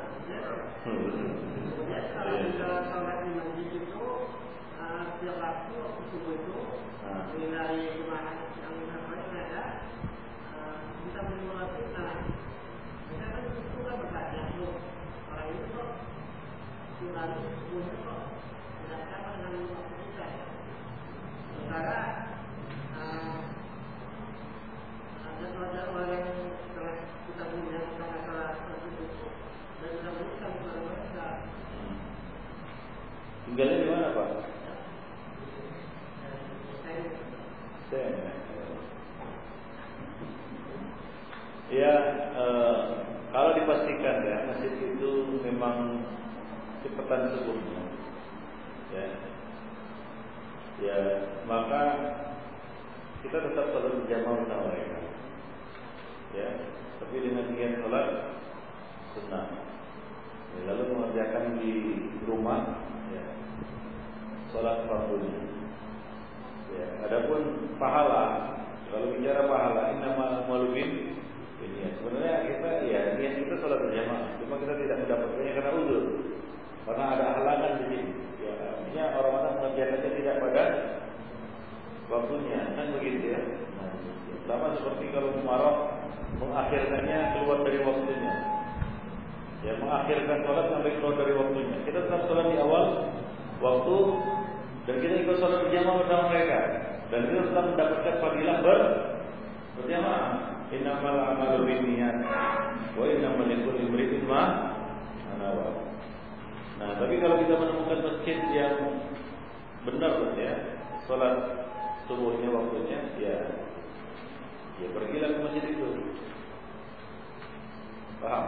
Kalau kita sholat di masjid itu setiap waktu subuh itu dari jemaah yang ada kita menikmati Tinggalnya di mana, Pak? Ya, kalau dipastikan ya masjid itu memang cepetan subuhnya, ya, maka kita tetap sholat berjamaah bersama mereka, ya, tapi dengan niat sholat sunnah, ya, lalu mengerjakan di rumah, ya, sholat fardunya. Ya, adapun pahala, kalau bicara pahala, innamal a'malu binniyat. Sebenarnya kita, ya, niat kita sholat berjamaah, cuma kita tidak mendapatkannya karena uzur, karena ada halangan di sini. Ya, artinya orang-orang mengerjakannya tidak pada waktunya, kan begitu ya. Nah, sama seperti kalau umarah mengakhirkannya keluar dari waktunya, ya, mengakhirkan sholat sampai keluar dari waktunya. Kita tetap sholat di awal waktu dan kita ikut sholat berjamaah bersama mereka, dan kita tetap mendapatkan fadilah berjamaah. Innamal a'malu binniyat wa innamal likulli imri'in ma nawa. Nah, tapi kalau kita menemukan masjid yang benar, ya, sholat subuhnya waktunya, ya pergilah ke masjid itu. Paham?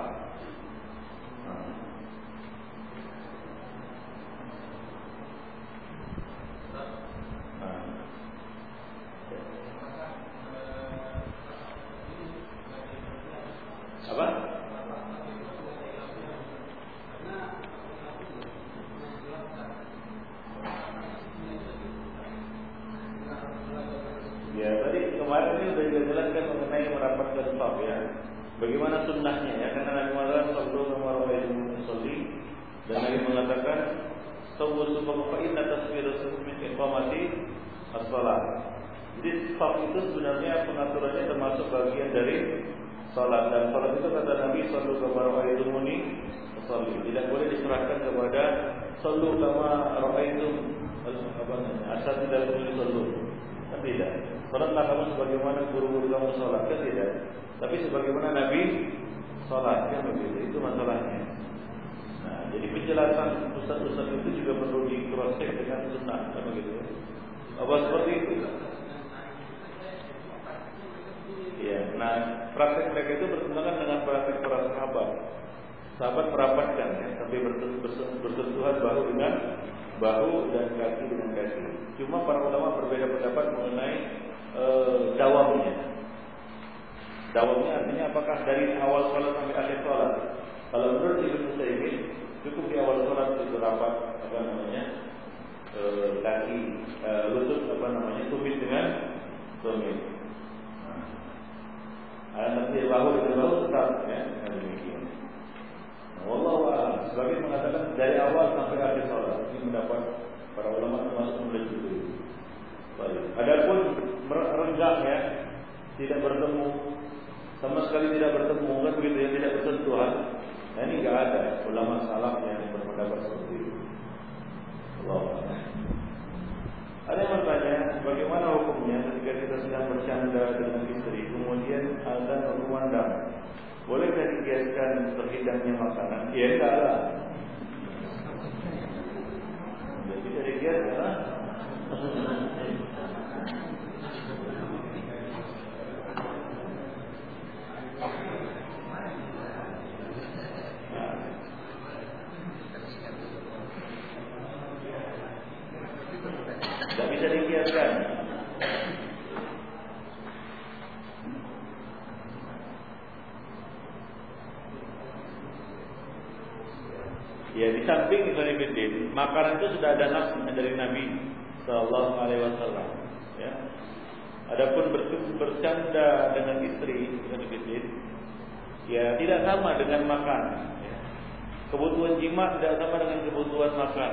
Apa? Ya, tadi kemarin ini sudah dijelaskan mengenai merapatkan shaf, ya. Bagaimana sunnahnya, ya, karena Nabi Muhammad sallallahu alaihi wasallam dan Nabi mengatakan sawwu sufufa fa inna tasfiyata min iqamati as-shalah. Jadi shaf itu sebenarnya pengaturannya termasuk bagian dari salat, dan salat itu kata Nabi sallallahu alaihi wasallam tidak boleh diserahkan kepada sallu kama ra'aitum asal tidak boleh sallu. Tidak. Salatlah kamu sebagaimana guru-guru kamu salat, kan tidak. Tapi sebagaimana Nabi salat, kan begitu. Itu masalahnya. Nah, jadi penjelasan ustaz-ustaz itu juga perlu di cross check dengan sunnah, kan begitu. Apa seperti itu? Ya, nah, praktek mereka itu bertentangan dengan praktek para sahabat. Sahabat merapatkan, ya, sampai bersentuhan bahu dengan bahu dan kaki dengan kaki. Cuma para ulama berbeda pendapat mengenai dawamnya. Dawamnya artinya apakah dari awal sholat sampai akhir sholat. Kalau menurut Ibnu Utsaimin cukup di awal sholat itu rapat kaki lutut tumit dengan tumit. Nanti bahu dengan bahu tetap, ya, demikian. Wallahu a'lam. Sebagian mengatakan dari awal sampai akhir sholat. Ini mendapat para ulama termasuk menulis itu. Baik. Adapun renggang, ya, tidak bertemu, sama sekali tidak bertemu, kan begitu, ya, tidak bersentuhan. Nah, ini enggak ada ulama salaf yang berpendapat seperti itu. Allahu a'lam. Ada yang bertanya, bagaimana hukumnya ketika kita sedang bercanda dengan istri, kemudian azan berkumandang, bolehkah dikiaskan terhidangnya makanan? Ya, enggak lah. Jadi bisa dikiaskan lah. Tidak bisa dikiaskan. Ya, di samping Ibn makanan itu sudah ada nasnya dari Nabi Sallallahu Alaihi Wasallam. Ya. Adapun bercanda dengan istri Ibn, ya, tidak sama dengan makan. Ya. Kebutuhan jima tidak sama dengan kebutuhan makan.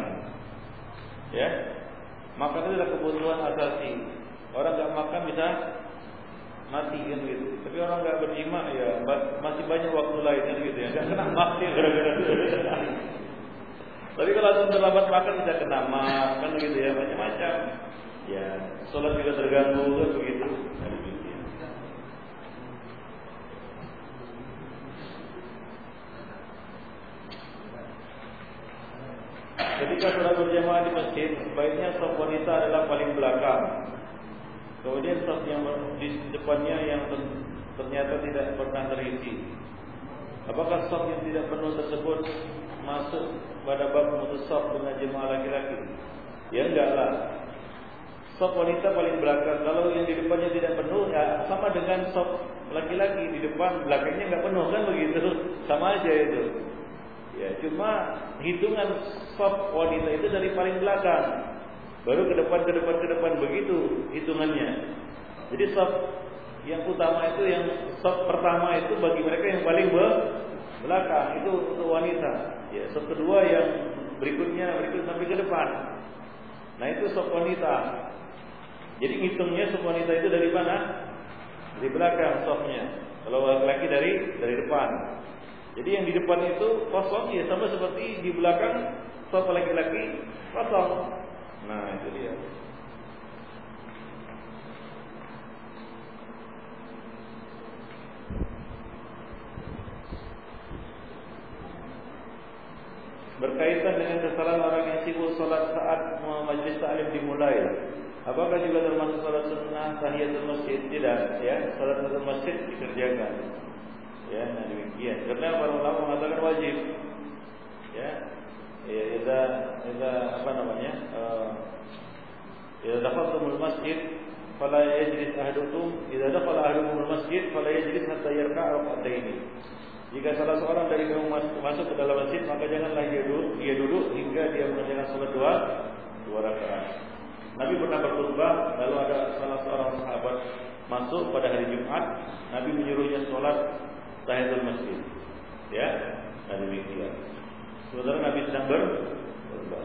Ya. Makan itu adalah kebutuhan asasi. Orang tidak makan bisa mati kan gitu. Tapi orang nggak berjima ya masih banyak waktu lain kan gitu ya. Nggak kena mati gara-gara itu. Tapi kalau langsung terlambat makan bisa kena kan gitu ya, macam-macam. Ya, sholat juga terganggu kan begitu. Ketika sholat berjamaah di masjid, sebaiknya shaf wanita adalah paling belakang. Kemudian shaf yang di depannya yang ternyata tidak pernah terisi. Apakah shaf yang tidak penuh tersebut masuk pada bab mutasaf dengan jemaah laki-laki? Ya enggak lah. Shaf wanita paling belakang. Kalau yang di depannya tidak penuh, ya sama dengan shaf laki-laki, di depan belakangnya enggak penuh kan begitu. Sama aja itu. Ya, cuma hitungan shaf wanita itu dari paling belakang. Baru ke depan begitu hitungannya. Jadi shaf yang utama itu, yang shaf pertama itu bagi mereka yang paling belakang, itu untuk wanita. Ya, shaf kedua yang berikut sampai ke depan. Nah, itu shaf wanita. Jadi ngitungnya shaf wanita itu dari mana? Dari belakang shafnya. Kalau laki-laki dari depan. Jadi yang di depan itu kosong ya, sama seperti di belakang shaf laki-laki kosong. Nah, itu dia. Berkaitan dengan kesalahan orang yang sibuk sholat saat majlis ta'lim dimulai, apakah juga termasuk sholat sunnah tahiyatul masjid? Tidak, ya. Sholat tahiyatul masjid dikerjakan. Ya, nah demikian. Karena para ulama mengatakan wajib. Ya. Ya, idza apa namanya? Idza dakhaltumul masjid fala yajlis ahadukum idza dakhala ahadukumul masjid fala yajlis hatta yarka'a rak'ataini. Jika salah seorang dari kamu masuk ke dalam masjid, maka janganlah dia duduk hingga dia mengerjakan salat dua rakaat. Nabi pernah berkhutbah, lalu ada salah seorang sahabat masuk pada hari Jumat, Nabi menyuruhnya salat tahiyatul masjid. Ya, nah demikian. Sementara Nabi sedang berkhutbah.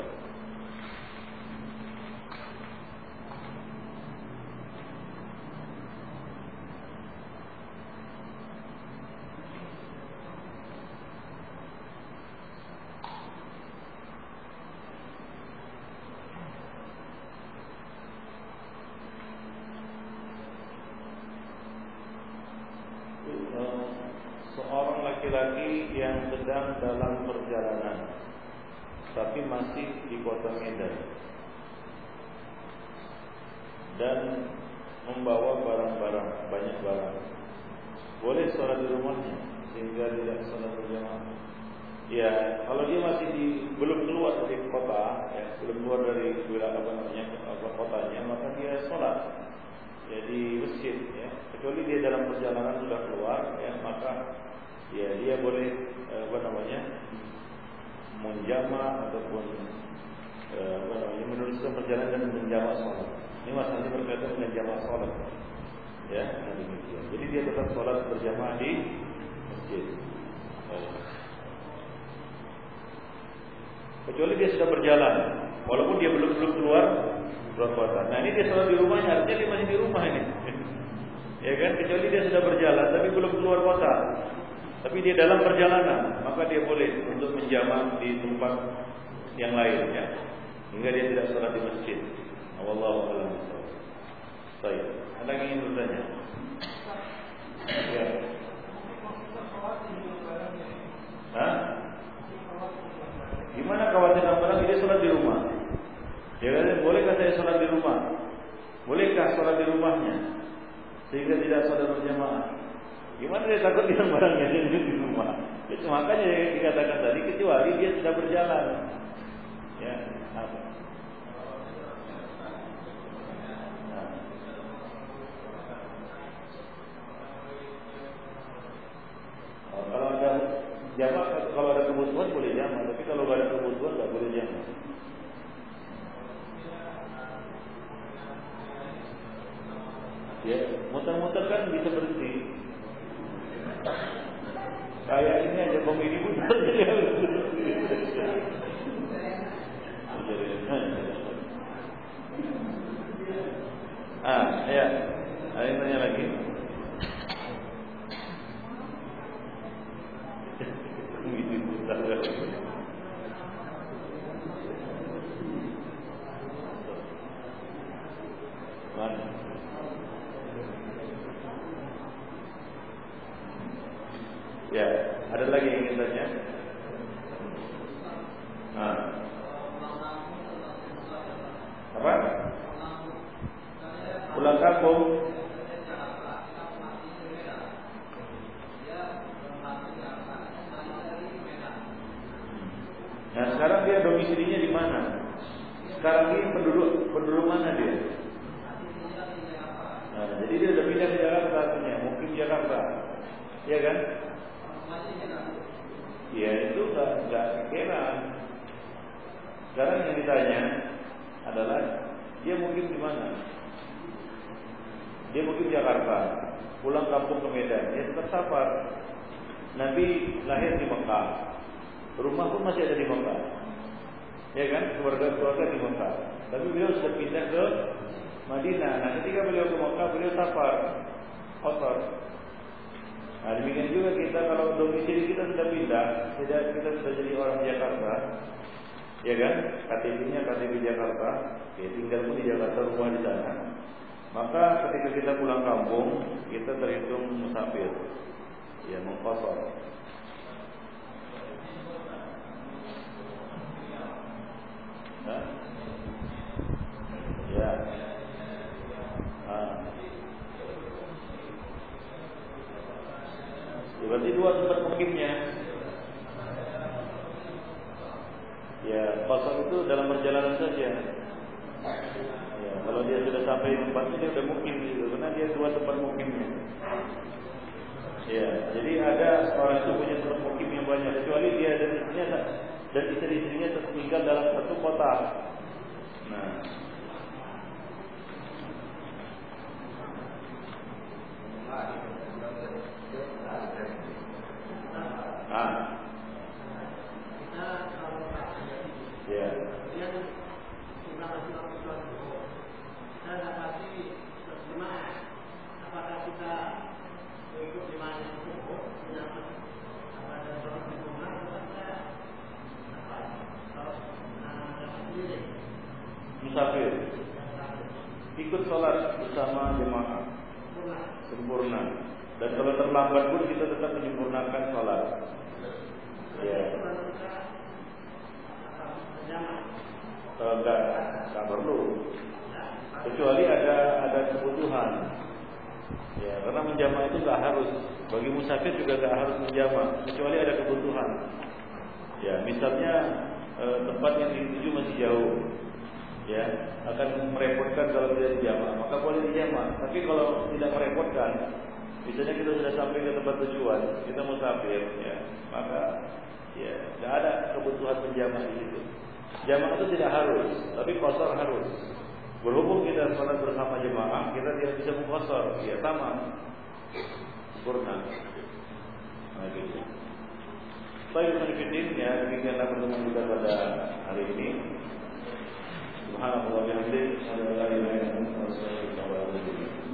Seorang laki-laki yang sedang dalam perjalanan tapi masih di kota Medan dan membawa barang-barang, banyak barang, boleh sholat di rumahnya sehingga tidak sholat berjamaah. Ya, kalau dia masih belum keluar dari kota, ya, belum keluar dari wilayah kotanya, maka dia sholat ya di masjid, ya. Kecuali dia dalam perjalanan sudah keluar, ya, maka ya dia boleh menjama ataupun meneruskan perjalanan dan menjama sholat. Ini masalahnya berkaitan dengan jamaah sholat, ya, demikian. Jadi dia tetap sholat berjamaah di masjid. Kecuali dia sudah berjalan, walaupun dia belum keluar kota. Nah, ini dia sholat di rumahnya, artinya dia masih di rumah ini. Ya kan, kecuali dia sudah berjalan tapi belum keluar kota, tapi dia dalam perjalanan, maka dia boleh untuk menjamak di tempat yang lain, ya, hingga dia tidak sholat di masjid. Wallahu a'lam. Baik, ada yang ingin bertanya? Ya. Hah? Gimana khawatir barang dia sholat di rumah? Ya kan, bolehkah saya sholat di rumah? Bolehkah sholat di rumahnya sehingga tidak sholat berjamaah? Gimana dia takut hilang barangnya di rumah? Itu makanya dikatakan tadi, kecuali dia sudah berjalan. Ya, apa? Kalau ada jamaah, kalau ada kebutuhan boleh jamaah, tapi kalau tidak ada kebutuhan tidak boleh jamaah. Ya, muter-muter kan bisa berhenti. Kayak ini aja komedi pun ya. Ada yang tanya lagi? kampung. Nah sekarang dia domisilinya di mana? Sekarang ini penduduk mana dia? Nah, jadi dia sudah pindah ke Jakarta artinya, mungkin Jakarta, ya kan? Ya itu nggak pikiran. Sekarang yang ditanya adalah dia mungkin di mana? Dia mungkin Jakarta, pulang kampung ke Medan, dia tetap safar. Nabi lahir di Mekah, rumah pun masih ada di Mekah, ya kan? Keluarga di Mekah. Tapi beliau sudah pindah ke Madinah. Nah ketika beliau ke Mekah, beliau safar, kotor. Nah demikian juga kita kalau domisili kita sudah pindah, kita sudah jadi orang Jakarta, ya kan? KTP-nya KTP Jakarta, ya tinggal pun di Jakarta, rumah di sana. Maka ketika kita pulang kampung, kita terhitung musafir, ya mengkosor. Nah, ya. Berarti dua tempat mukimnya. Ya, kosor itu dalam perjalanan saja. Ya, kalau dia sudah sampai di tempatnya dia sudah mukim gitu, karena dia dua tempat mukimnya. Ya, jadi ada orang itu punya tempat mukim yang banyak, kecuali dia dan istri-istrinya tinggal dalam satu kota. Nah, ya. Musafir ikut sholat bersama jemaah sempurna, dan kalau terlambat pun kita tetap menyempurnakan sholat. Ya. Enggak perlu, kecuali ada kebutuhan. Ya, karena menjamak itu enggak harus, bagi musafir juga enggak harus menjamak, kecuali ada kebutuhan. Ya, misalnya tempat yang dituju masih jauh, ya akan merepotkan kalau tidak dijamak, maka boleh dijamak. Tapi kalau tidak merepotkan, misalnya kita sudah sampai ke tempat tujuan, kita musafir, ya maka ya tidak ada kebutuhan menjamak di situ. Jamak itu tidak harus, tapi qasar harus. Berhubung kita sholat bersama jemaah, kita tidak bisa mengqasar, ya sama, sempurna. Nah, gitu. Baik teman-teman, ya demikianlah pertemuan kita pada hari ini. Subhanallah wa bihamdihi, asyhadu an la ilaha illa anta, astaghfiruka wa atubu ilaik.